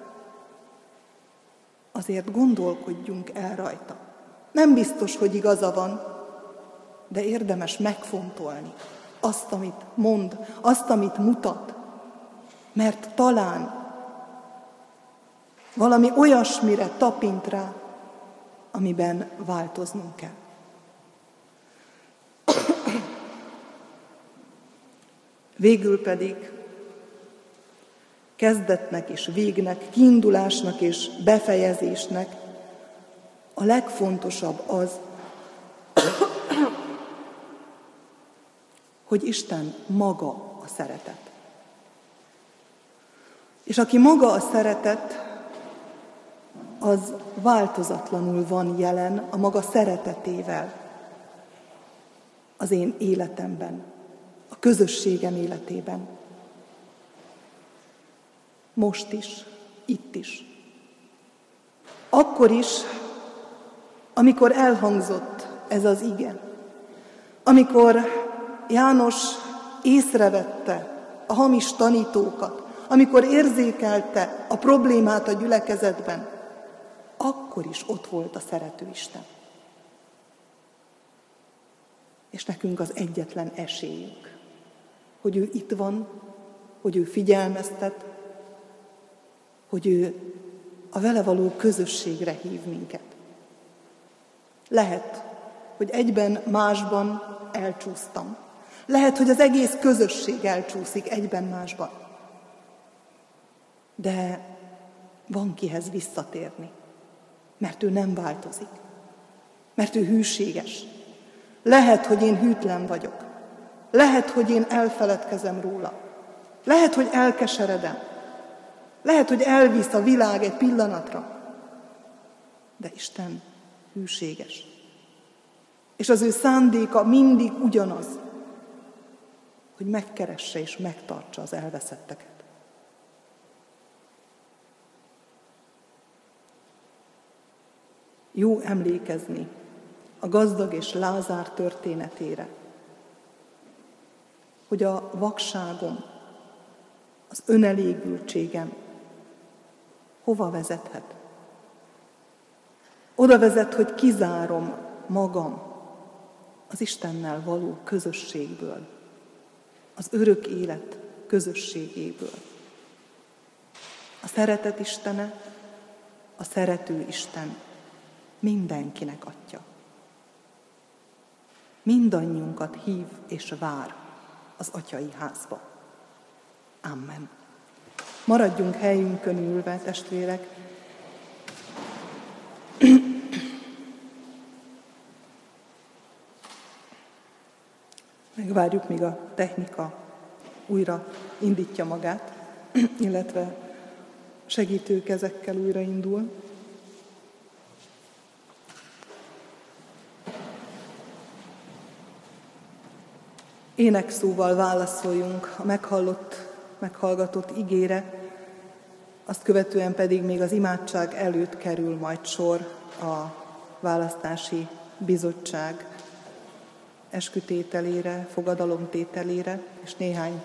azért gondolkodjunk el rajta. Nem biztos, hogy igaza van, de érdemes megfontolni azt, amit mond, azt, amit mutat, mert talán valami olyasmire tapint rá, amiben változnunk kell. Végül pedig kezdetnek és végnek, kiindulásnak és befejezésnek a legfontosabb az, hogy Isten maga a szeretet. És aki maga a szeretet, az változatlanul van jelen a maga szeretetével az én életemben, a közösségem életében. Most is, itt is. Akkor is, amikor elhangzott ez az ige, amikor János észrevette a hamis tanítókat, amikor érzékelte a problémát a gyülekezetben, akkor is ott volt a szerető Isten. És nekünk az egyetlen esélyünk, hogy ő itt van, hogy ő figyelmeztet, hogy ő a vele való közösségre hív minket. Lehet, hogy egyben másban elcsúsztam. Lehet, hogy az egész közösség elcsúszik egyben másban. De van kihez visszatérni, mert ő nem változik, mert ő hűséges. Lehet, hogy én hűtlen vagyok. Lehet, hogy én elfeledkezem róla. Lehet, hogy elkeseredem. Lehet, hogy elvisz a világ egy pillanatra. De Isten hűséges. És az ő szándéka mindig ugyanaz, hogy megkeresse és megtartsa az elveszetteket. Jó emlékezni a gazdag és Lázár történetére, hogy a vakságom, az önelégültségem hova vezethet? Oda vezet, hogy kizárom magam az Istennel való közösségből, az örök élet közösségéből. A szeretet Istene, a szerető Isten mindenkinek Atya. Mindannyiunkat hív és vár az atyai házba. Amen. Maradjunk helyünkön ülve, testvérek. Megvárjuk, míg a technika újra indítja magát, illetve segítő kezekkel újraindul. Énekszóval válaszoljunk a meghallgatott igére, azt követően pedig még az imádság előtt kerül majd sor a választási bizottság eskütételére, fogadalomtételére, és néhány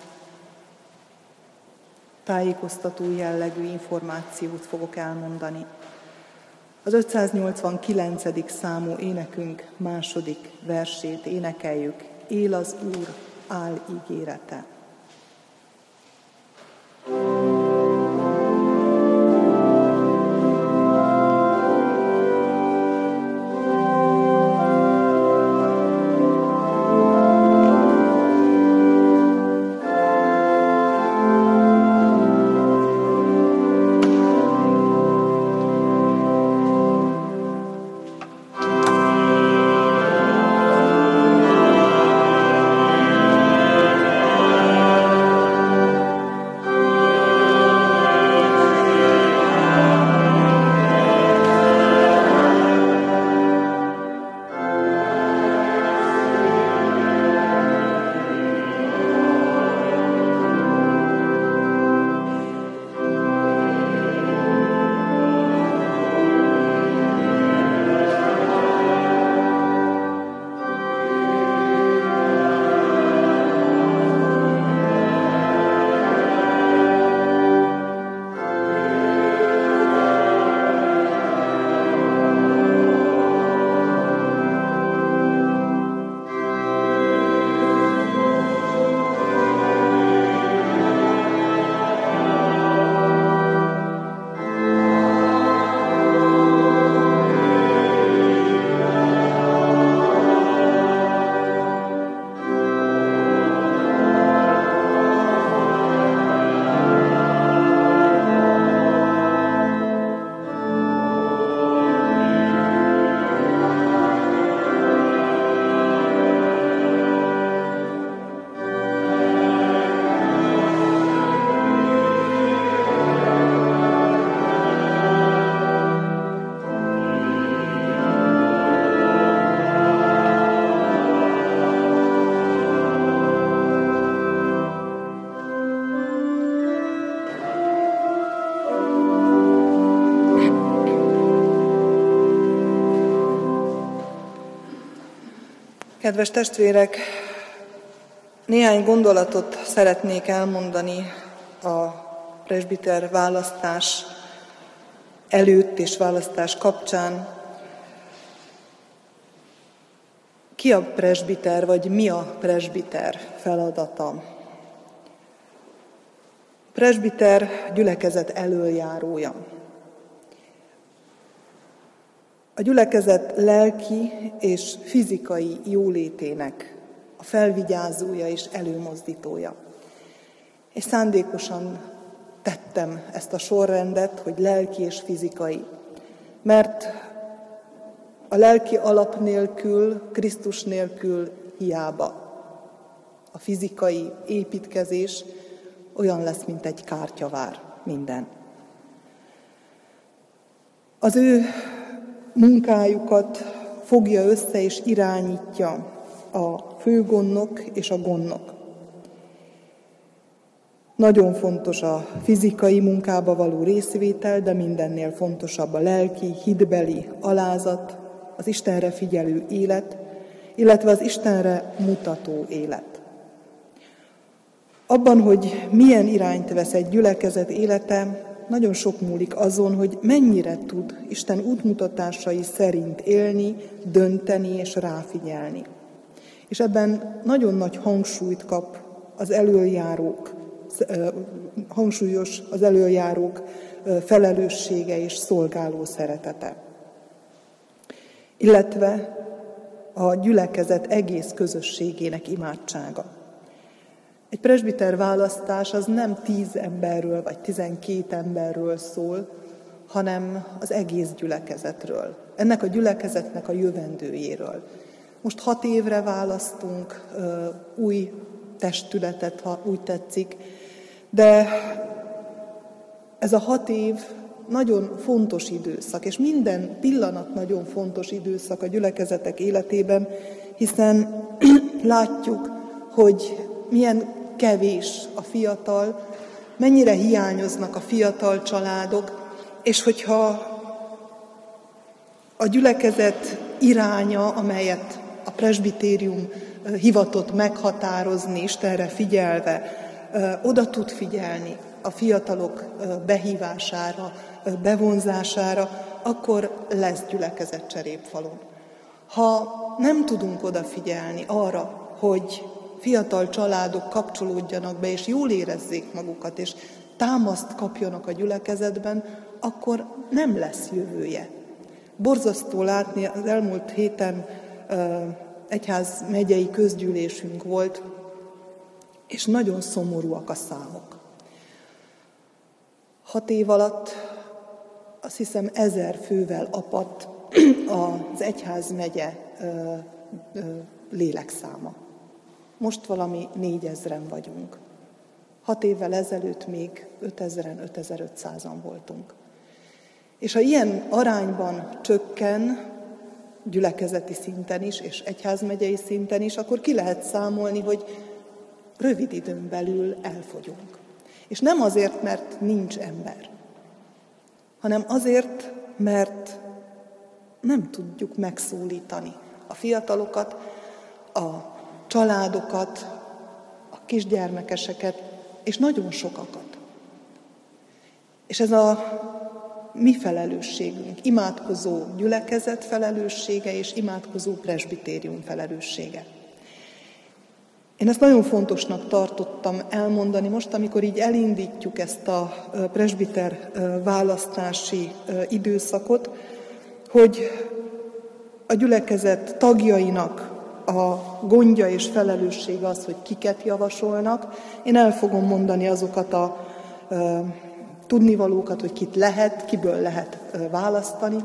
tájékoztató jellegű információt fogok elmondani. Az 589. számú énekünk második versét énekeljük. Él az Úr, áll ígérete. Amen. Kedves testvérek, néhány gondolatot szeretnék elmondani a presbiter választás előtt és választás kapcsán. Ki a presbiter, vagy mi a presbiter feladata? A presbiter gyülekezet elöljárója. A gyülekezet lelki és fizikai jólétének a felvigyázója és előmozdítója. És szándékosan tettem ezt a sorrendet, hogy lelki és fizikai. Mert a lelki alap nélkül, Krisztus nélkül hiába. A fizikai építkezés olyan lesz, mint egy kártyavár, minden. Az ő munkájukat fogja össze és irányítja a főgondnok és a gondnok. Nagyon fontos a fizikai munkába való részvétel, de mindennél fontosabb a lelki, hitbeli alázat, az Istenre figyelő élet, illetve az Istenre mutató élet. Abban, hogy milyen irányt vesz egy gyülekezet élete, nagyon sok múlik azon, hogy mennyire tud Isten útmutatásai szerint élni, dönteni és ráfigyelni. És ebben nagyon nagy hangsúlyt kap az elöljárók, hangsúlyos az elöljárók felelőssége és szolgáló szeretete. Illetve a gyülekezet egész közösségének imádsága. Egy presbiter választás az nem 10 emberről vagy 12 emberről szól, hanem az egész gyülekezetről. Ennek a gyülekezetnek a jövendőjéről. Most 6 évre választunk új testületet, ha úgy tetszik, de ez a 6 év nagyon fontos időszak, és minden pillanat nagyon fontos időszak a gyülekezetek életében, hiszen látjuk, hogy milyen kevés a fiatal, mennyire hiányoznak a fiatal családok, és hogyha a gyülekezet iránya, amelyet a presbitérium hivatott meghatározni, Istenre figyelve, oda tud figyelni a fiatalok behívására, bevonzására, akkor lesz gyülekezet Cserépfalun. Ha nem tudunk odafigyelni arra, hogy fiatal családok kapcsolódjanak be, és jól érezzék magukat, és támaszt kapjanak a gyülekezetben, akkor nem lesz jövője. Borzasztó látni, az elmúlt héten egyházmegyei közgyűlésünk volt, és nagyon szomorúak a számok. 6 év alatt azt hiszem 1000 fővel apadt az egyházmegye lélekszáma. Most valami 4000-en vagyunk. 6 évvel ezelőtt még 5000-en, 5500-an voltunk. És ha ilyen arányban csökken, gyülekezeti szinten is, és egyházmegyei szinten is, akkor ki lehet számolni, hogy rövid időn belül elfogyunk. És nem azért, mert nincs ember, hanem azért, mert nem tudjuk megszólítani a fiatalokat, a családokat, a kisgyermekeseket, és nagyon sokakat. És ez a mi felelősségünk, imádkozó gyülekezet felelőssége és imádkozó presbitérium felelőssége. Én ezt nagyon fontosnak tartottam elmondani most, amikor így elindítjuk ezt a presbiter választási időszakot, hogy a gyülekezet tagjainak a gondja és felelőssége az, hogy kiket javasolnak. Én el fogom mondani azokat a tudnivalókat, hogy kit lehet, kiből lehet választani,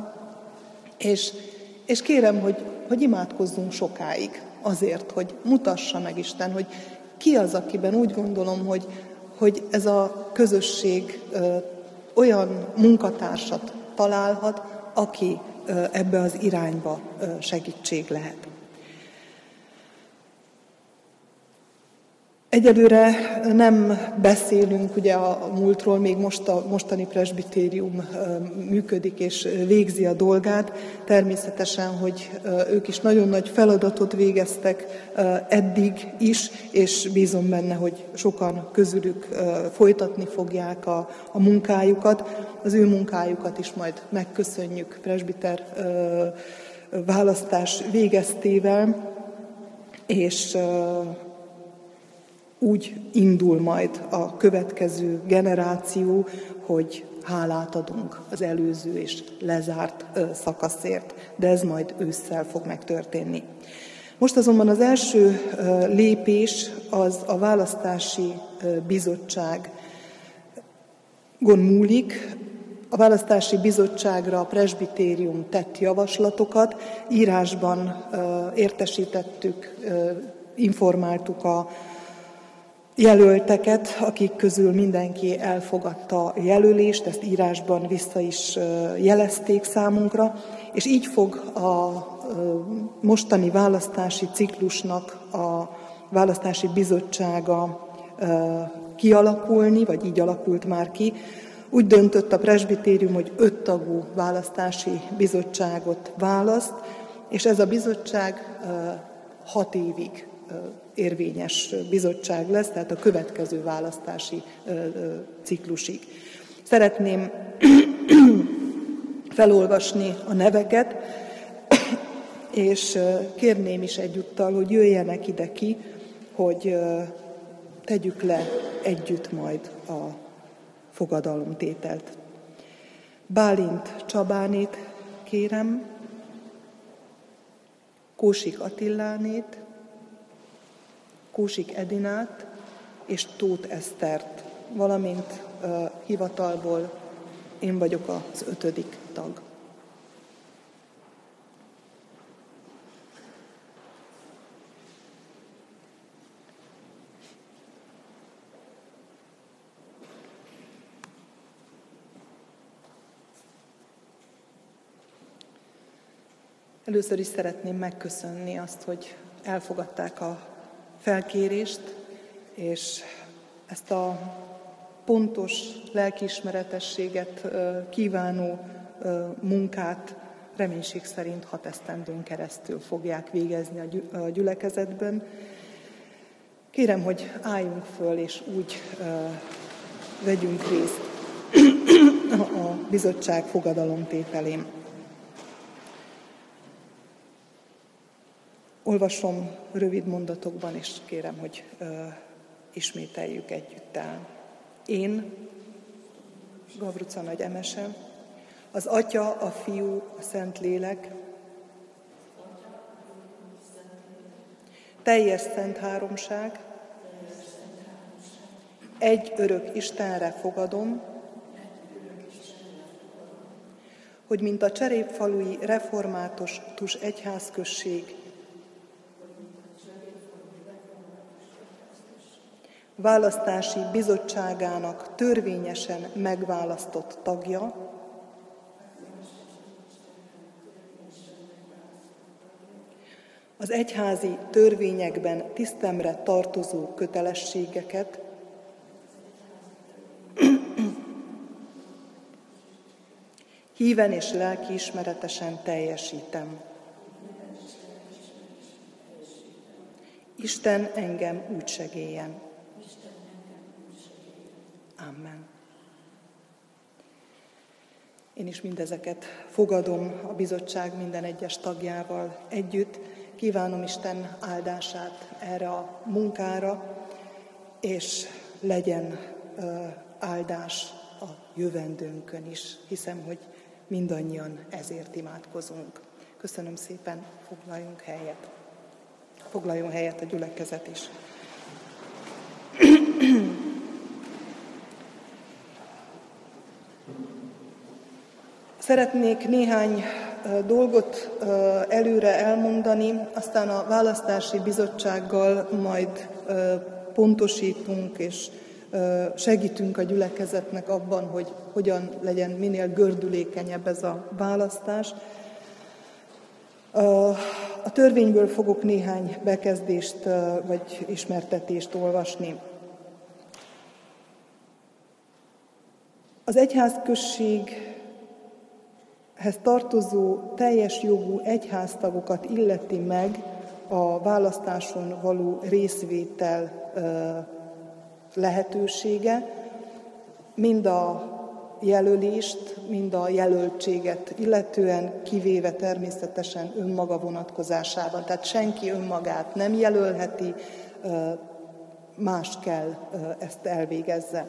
és kérem, hogy imádkozzunk sokáig azért, hogy mutassa meg Isten, hogy ki az, akiben úgy gondolom, hogy ez a közösség olyan munkatársat találhat, aki ebbe az irányba segítség lehet. Egyelőre nem beszélünk ugye a múltról, még most a mostani presbitérium működik és végzi a dolgát. Természetesen, hogy ők is nagyon nagy feladatot végeztek eddig is, és bízom benne, hogy sokan közülük folytatni fogják a munkájukat. Az ő munkájukat is majd megköszönjük presbiter választás végeztével, és úgy indul majd a következő generáció, hogy hálát adunk az előző és lezárt szakaszért, de ez majd ősszel fog megtörténni. Most azonban az első lépés az a választási bizottságon múlik. A választási bizottságra a presbitérium tett javaslatokat, írásban értesítettük, informáltuk a jelölteket, akik közül mindenki elfogadta a jelölést, ezt írásban vissza is jelezték számunkra, és így fog a mostani választási ciklusnak a választási bizottsága kialakulni, vagy így alakult már ki. Úgy döntött a presbitérium, hogy 5 tagú választási bizottságot választ, és ez a bizottság 6 évig érvényes bizottság lesz, tehát a következő választási ciklusig. Szeretném felolvasni a neveket, és kérném is egyúttal, hogy jöjjenek ide ki, hogy tegyük le együtt majd a fogadalomtételt. Bálint Csabánét kérem, Kósik Attillánét, Kósik Edinát és Tóth Esztert, valamint hivatalból én vagyok az 5. tag. Először is szeretném megköszönni azt, hogy elfogadták a felkérést, és ezt a pontos lelkiismeretességet kívánó munkát reménység szerint 6 esztendőn keresztül fogják végezni a gyülekezetben. Kérem, hogy álljunk föl, és úgy vegyünk részt a bizottság fogadalomtételén. Olvasom rövid mondatokban, és kérem, hogy ismételjük együtt el. Én, Gavruca Nagy Emese, az Atya, a Fiú, a Szentlélek, teljes szent háromság, egy örök Istenre fogadom, hogy mint a cserépfalui református egyházközség választási bizottságának törvényesen megválasztott tagja, az egyházi törvényekben tisztemre tartozó kötelességeket, híven és lelkiismeretesen teljesítem. Isten engem úgy segéljen. Amen. Én is mindezeket fogadom a bizottság minden egyes tagjával együtt. Kívánom Isten áldását erre a munkára, és legyen áldás a jövendőnkön is. Hiszem, hogy mindannyian ezért imádkozunk. Köszönöm szépen, foglaljunk helyet. Foglaljon helyet a gyülekezet is. Szeretnék néhány dolgot előre elmondani, aztán a választási bizottsággal majd pontosítunk és segítünk a gyülekezetnek abban, hogy hogyan legyen minél gördülékenyebb ez a választás. A törvényből fogok néhány bekezdést vagy ismertetést olvasni. Az egyházközséghez tartozó teljes jogú egyháztagokat illeti meg a választáson való részvétel lehetősége, mind a jelölést, mind a jelöltséget illetően, kivéve természetesen önmaga vonatkozásában. Tehát senki önmagát nem jelölheti, más kell ezt elvégezze.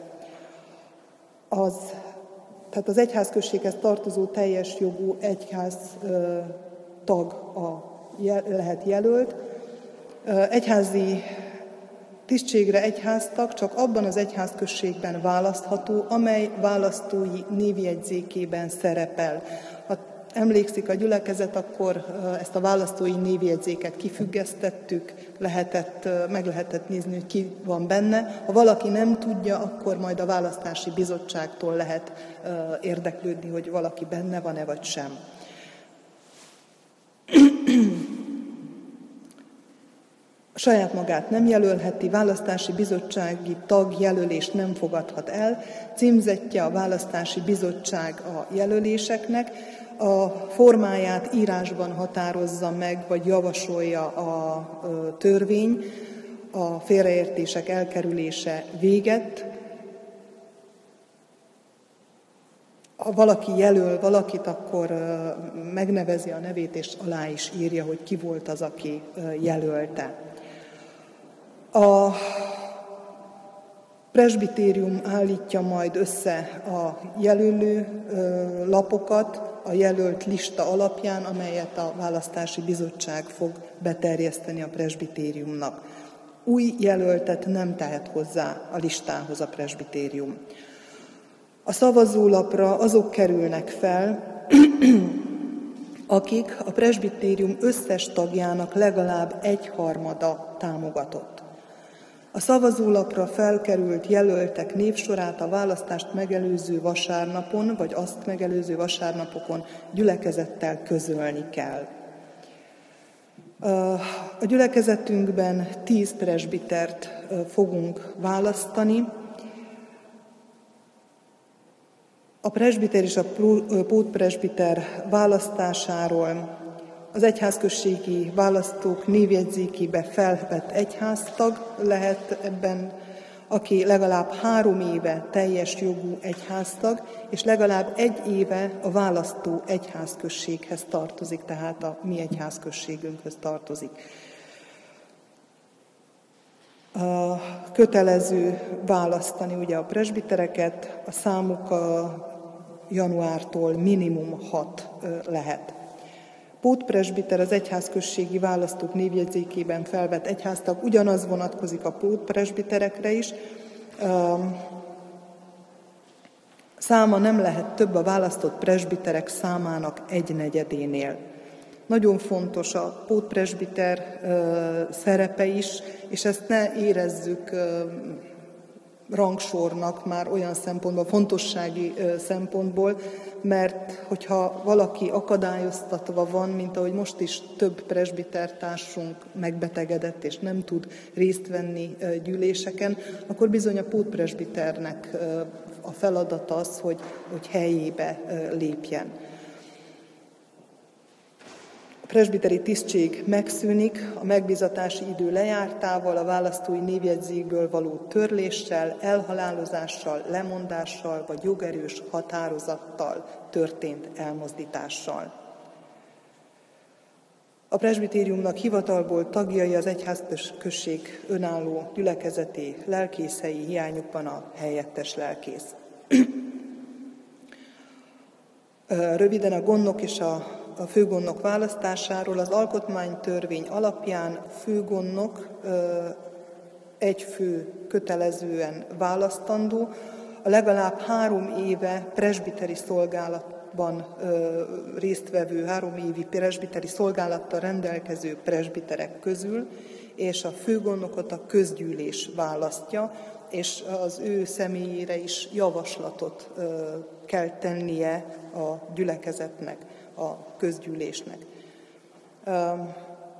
Tehát az egyházközséghez tartozó teljes jogú egyház tag lehet jelölt. Egyházi tisztségre egyháztag csak abban az egyházközségben választható, amely választói névjegyzékében szerepel. Ha emlékszik a gyülekezet, akkor ezt a választói névjegyzéket kifüggesztettük, meg lehetett nézni, hogy ki van benne. Ha valaki nem tudja, akkor majd a választási bizottságtól lehet érdeklődni, hogy valaki benne van-e vagy sem. Saját magát nem jelölheti, választási bizottsági tag jelölést nem fogadhat el, címzettje a választási bizottság a jelöléseknek, a formáját írásban határozza meg, vagy javasolja a törvény, a félreértések elkerülése véget. Ha valaki jelöl valakit, akkor megnevezi a nevét, és alá is írja, hogy ki volt az, aki jelölte. A presbitérium állítja majd össze a jelölő lapokat a jelölt lista alapján, amelyet a választási bizottság fog beterjeszteni a presbitériumnak. Új jelöltet nem tehet hozzá a listához a presbitérium. A szavazólapra azok kerülnek fel, akik a presbitérium összes tagjának legalább egyharmada támogatott. A szavazólapra felkerült jelöltek névsorát a választást megelőző vasárnapon, vagy azt megelőző vasárnapokon gyülekezettel közölni kell. A gyülekezetünkben 10 presbitert fogunk választani. A presbiter és a pótpresbiter választásáról az egyházközségi választók névjegyzékébe felvett egyháztag lehet ebben, aki legalább 3 éve teljes jogú egyháztag, és legalább 1 éve a választó egyházközséghez tartozik, tehát a mi egyházközségünkhöz tartozik. Kötelező választani ugye a presbitereket, a számuk januártól minimum 6 lehet. Pótpresbiter az egyházközségi választók névjegyzékében felvett egyháztag, ugyanaz vonatkozik a pótpresbiterekre is. Száma nem lehet több a választott presbiterek számának 1/4-énél. Nagyon fontos a pótpresbiter szerepe is, és ezt ne érezzük rangsornak már olyan szempontból, fontossági szempontból, mert hogyha valaki akadályoztatva van, mint ahogy most is több presbitertársunk megbetegedett és nem tud részt venni gyűléseken, akkor bizony a pótpresbiternek a feladata az, hogy helyébe lépjen. A presbiteri tisztség megszűnik a megbízatási idő lejártával, a választói névjegyzékből való törléssel, elhalálozással, lemondással vagy jogerős határozattal történt elmozdítással. A presbitériumnak hivatalból tagjai az egyházközség önálló gyülekezeti lelkészei, hiányukban a helyettes lelkész. Röviden a gondnok és a főgondnok választásáról. Az alkotmánytörvény alapján főgondnok 1 fő kötelezően választandó, a legalább 3 éve presbiteri szolgálatban résztvevő, 3 évi presbiteri szolgálattal rendelkező presbiterek közül, és a főgondnokot a közgyűlés választja, és az ő személyére is javaslatot kell tennie a gyülekezetnek, a közgyűlésnek.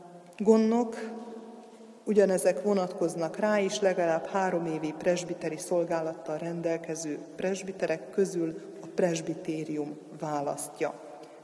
gondnok, ugyanezek vonatkoznak rá is, legalább 3 évi presbiteri szolgálattal rendelkező presbiterek közül a presbitérium választja.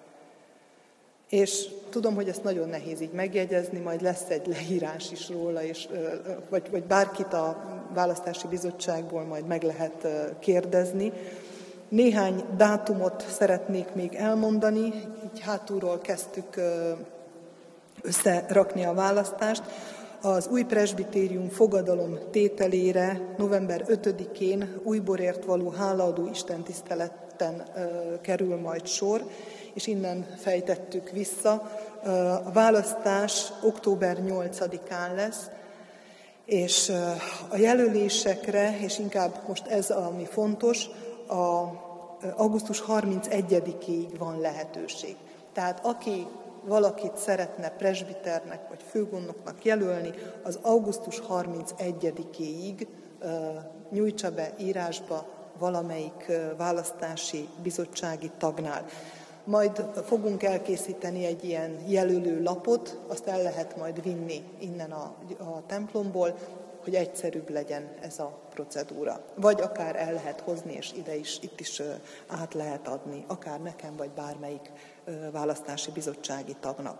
És tudom, hogy ezt nagyon nehéz így megjegyezni, majd lesz egy leírás is róla, és, vagy bárkit a választási bizottságból majd meg lehet kérdezni. Néhány dátumot szeretnék még elmondani, így hátulról kezdtük összerakni a választást. Az új presbitérium fogadalom tételére november 5-én újborért való hálaadó istentiszteleten kerül majd sor, és innen fejtettük vissza. A választás október 8-án lesz, és a jelölésekre, és inkább most ez, ami fontos, augusztus 31-ig van lehetőség. Tehát aki valakit szeretne presbiternek vagy főgondnoknak jelölni, az augusztus 31-ig nyújtsa be írásba valamelyik választási bizottsági tagnál. Majd fogunk elkészíteni egy ilyen jelölő lapot, azt el lehet majd vinni innen a templomból, hogy egyszerűbb legyen ez a procedúra. Vagy akár el lehet hozni, és itt is át lehet adni, akár nekem, vagy bármelyik választási bizottsági tagnak.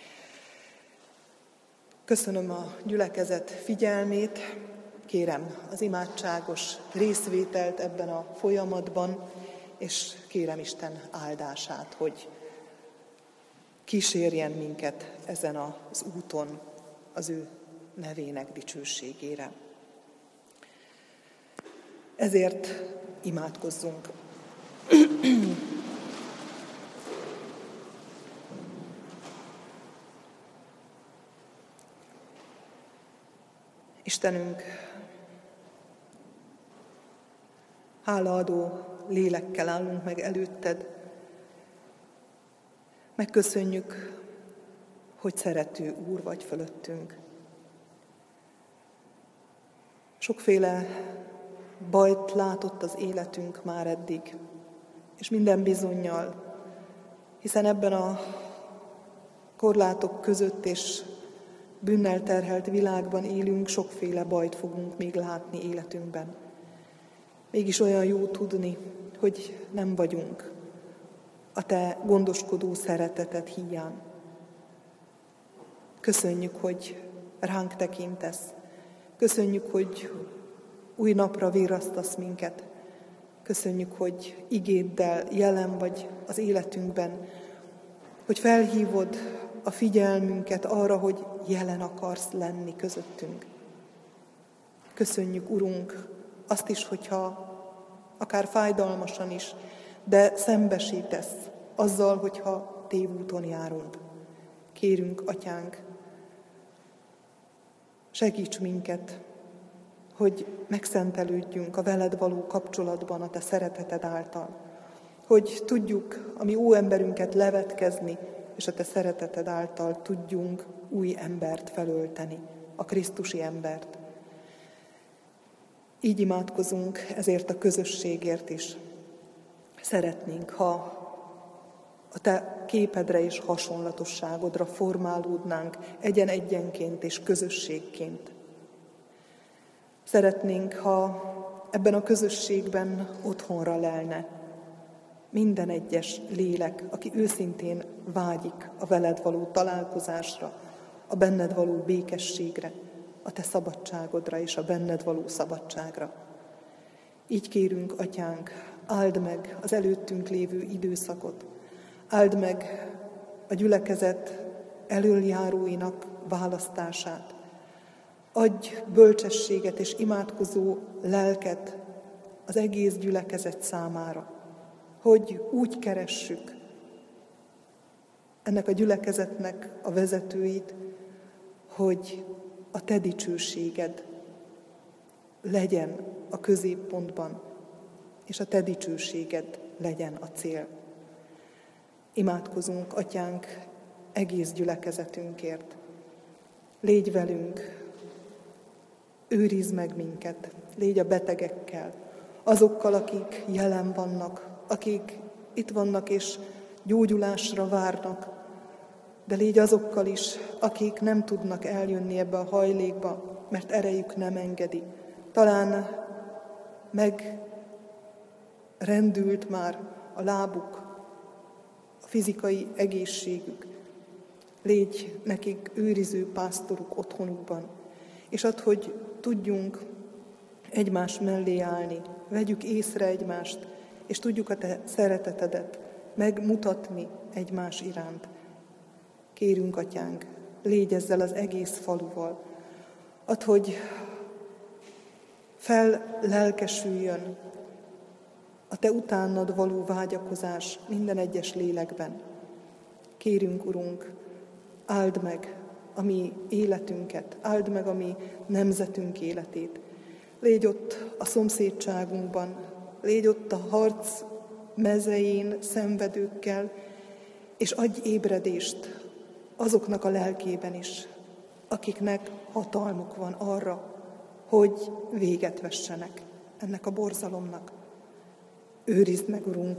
Köszönöm a gyülekezet figyelmét, kérem az imádságos részvételt ebben a folyamatban, és kérem Isten áldását, hogy kísérjen minket ezen az úton az ő nevének dicsőségére. Ezért imádkozzunk. Istenünk, hálaadó lélekkel állunk meg előtted. Megköszönjük, hogy szerető Úr vagy fölöttünk. Sokféle bajt látott az életünk már eddig, és minden bizonnyal, hiszen ebben a korlátok között és bűnnel terhelt világban élünk, sokféle bajt fogunk még látni életünkben. Mégis olyan jó tudni, hogy nem vagyunk a te gondoskodó szereteted híján. Köszönjük, hogy ránk tekintesz. Köszönjük, hogy új napra virrasztasz minket. Köszönjük, hogy igéddel jelen vagy az életünkben, hogy felhívod a figyelmünket arra, hogy jelen akarsz lenni közöttünk. Köszönjük, Urunk, azt is, hogyha akár fájdalmasan is, de szembesítesz azzal, hogyha tévúton járunk. Kérünk, Atyánk, segíts minket, hogy megszentelődjünk a veled való kapcsolatban a te szereteted által. Hogy tudjuk a mi óemberünket levetkezni, és a te szereteted által tudjunk új embert felölteni, a krisztusi embert. Így imádkozunk ezért a közösségért is. Szeretnénk, ha a te képedre és hasonlatosságodra formálódnánk egyen-egyenként és közösségként. Szeretnénk, ha ebben a közösségben otthonra lelne minden egyes lélek, aki őszintén vágyik a veled való találkozásra, a benned való békességre, a te szabadságodra és a benned való szabadságra. Így kérünk, Atyánk, áld meg az előttünk lévő időszakot, áld meg a gyülekezet elöljáróinak választását, adj bölcsességet és imádkozó lelket az egész gyülekezet számára, hogy úgy keressük ennek a gyülekezetnek a vezetőit, hogy a te dicsőséged legyen a középpontban, és a te dicsőséged legyen a cél. Imádkozunk, Atyánk, egész gyülekezetünkért. Légy velünk, őrizd meg minket, légy a betegekkel, azokkal, akik jelen vannak, akik itt vannak és gyógyulásra várnak, de légy azokkal is, akik nem tudnak eljönni ebbe a hajlékba, mert erejük nem engedi. Talán megrendült már a lábuk, a fizikai egészségük. Légy nekik őriző pásztoruk otthonukban, és add, hogy tudjunk egymás mellé állni, vegyük észre egymást, és tudjuk a te szeretetedet megmutatni egymás iránt. Kérünk, Atyánk, légy ezzel az egész faluval. Add, hogy fellelkesüljön a te utánad való vágyakozás minden egyes lélekben. Kérünk, Urunk, áld meg a mi életünket, áld meg a mi nemzetünk életét. Légy ott a szomszédságunkban, légy ott a harc mezején szenvedőkkel, és adj ébredést azoknak a lelkében is, akiknek hatalmuk van arra, hogy véget vessenek ennek a borzalomnak. Őrizd meg, Urunk,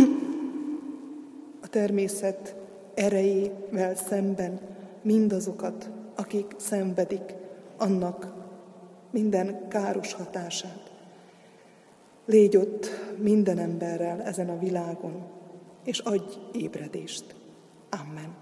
a természet erejével szemben mindazokat, akik szenvedik annak minden káros hatását. Légy ott minden emberrel ezen a világon, és adj ébredést. Amen.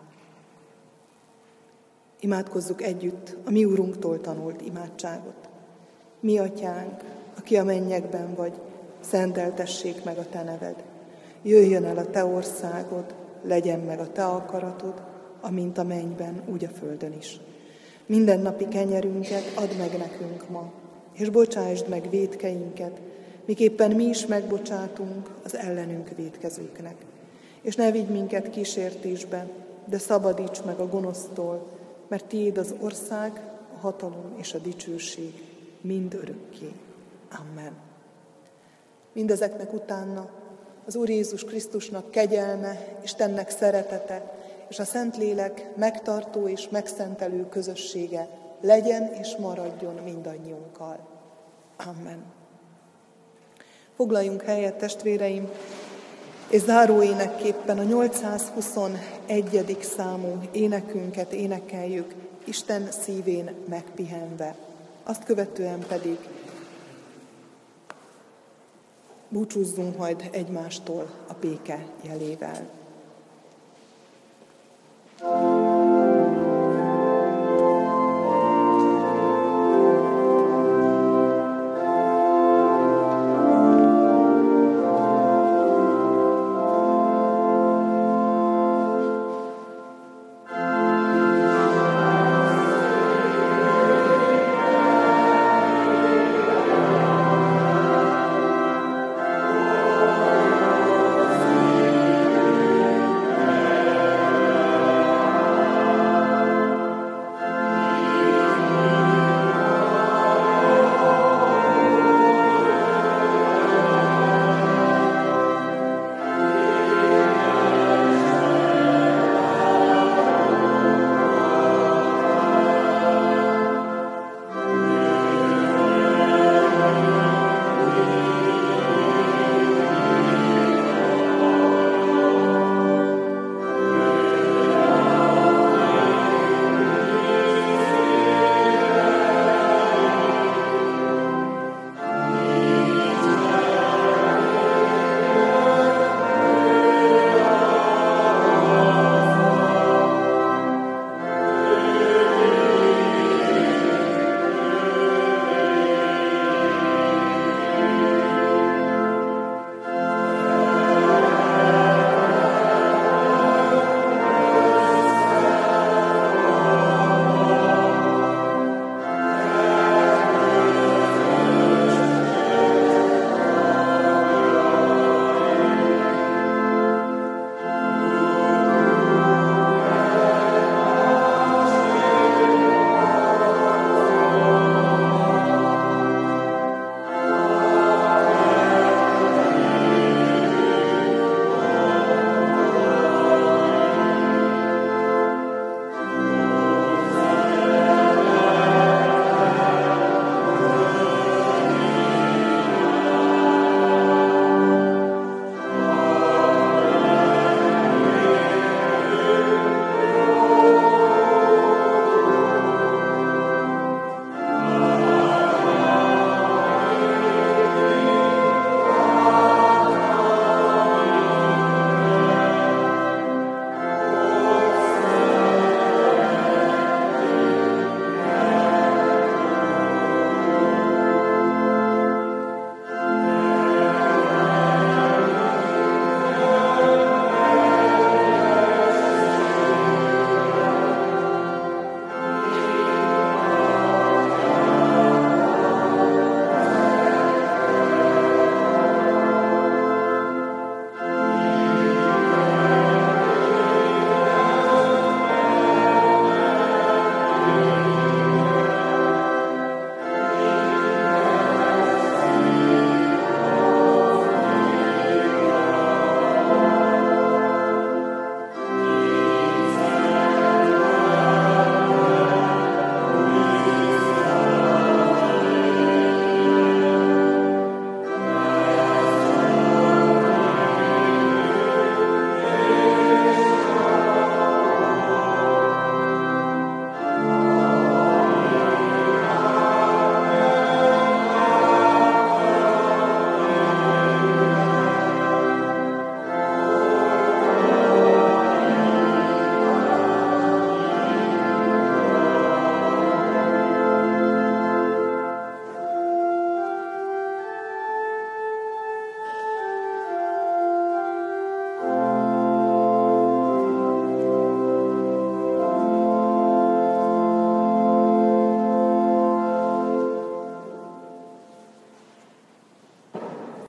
Imádkozzuk együtt a mi Urunktól tanult imádságot. Mi Atyánk, aki a mennyekben vagy, szenteltessék meg a te neved. Jöjjön el a te országod, legyen meg a te akaratod, amint a mennyben, úgy a földön is. Mindennapi kenyerünket add meg nekünk ma, és bocsásd meg vétkeinket, miképpen mi is megbocsátunk az ellenünk vétkezőknek. És ne vigy minket kísértésbe, de szabadíts meg a gonosztól, mert tiéd az ország, a hatalom és a dicsőség mind örökké. Amen. Mindezeknek utána az Úr Jézus Krisztusnak kegyelme, Istennek szeretete, és a Szentlélek megtartó és megszentelő közössége legyen és maradjon mindannyiunkkal. Amen. Foglaljunk helyet, testvéreim, és záróénekképpen a 821. számú énekünket énekeljük, Isten szívén megpihenve. Azt követően pedig búcsúzzunk majd egymástól a béke jelével.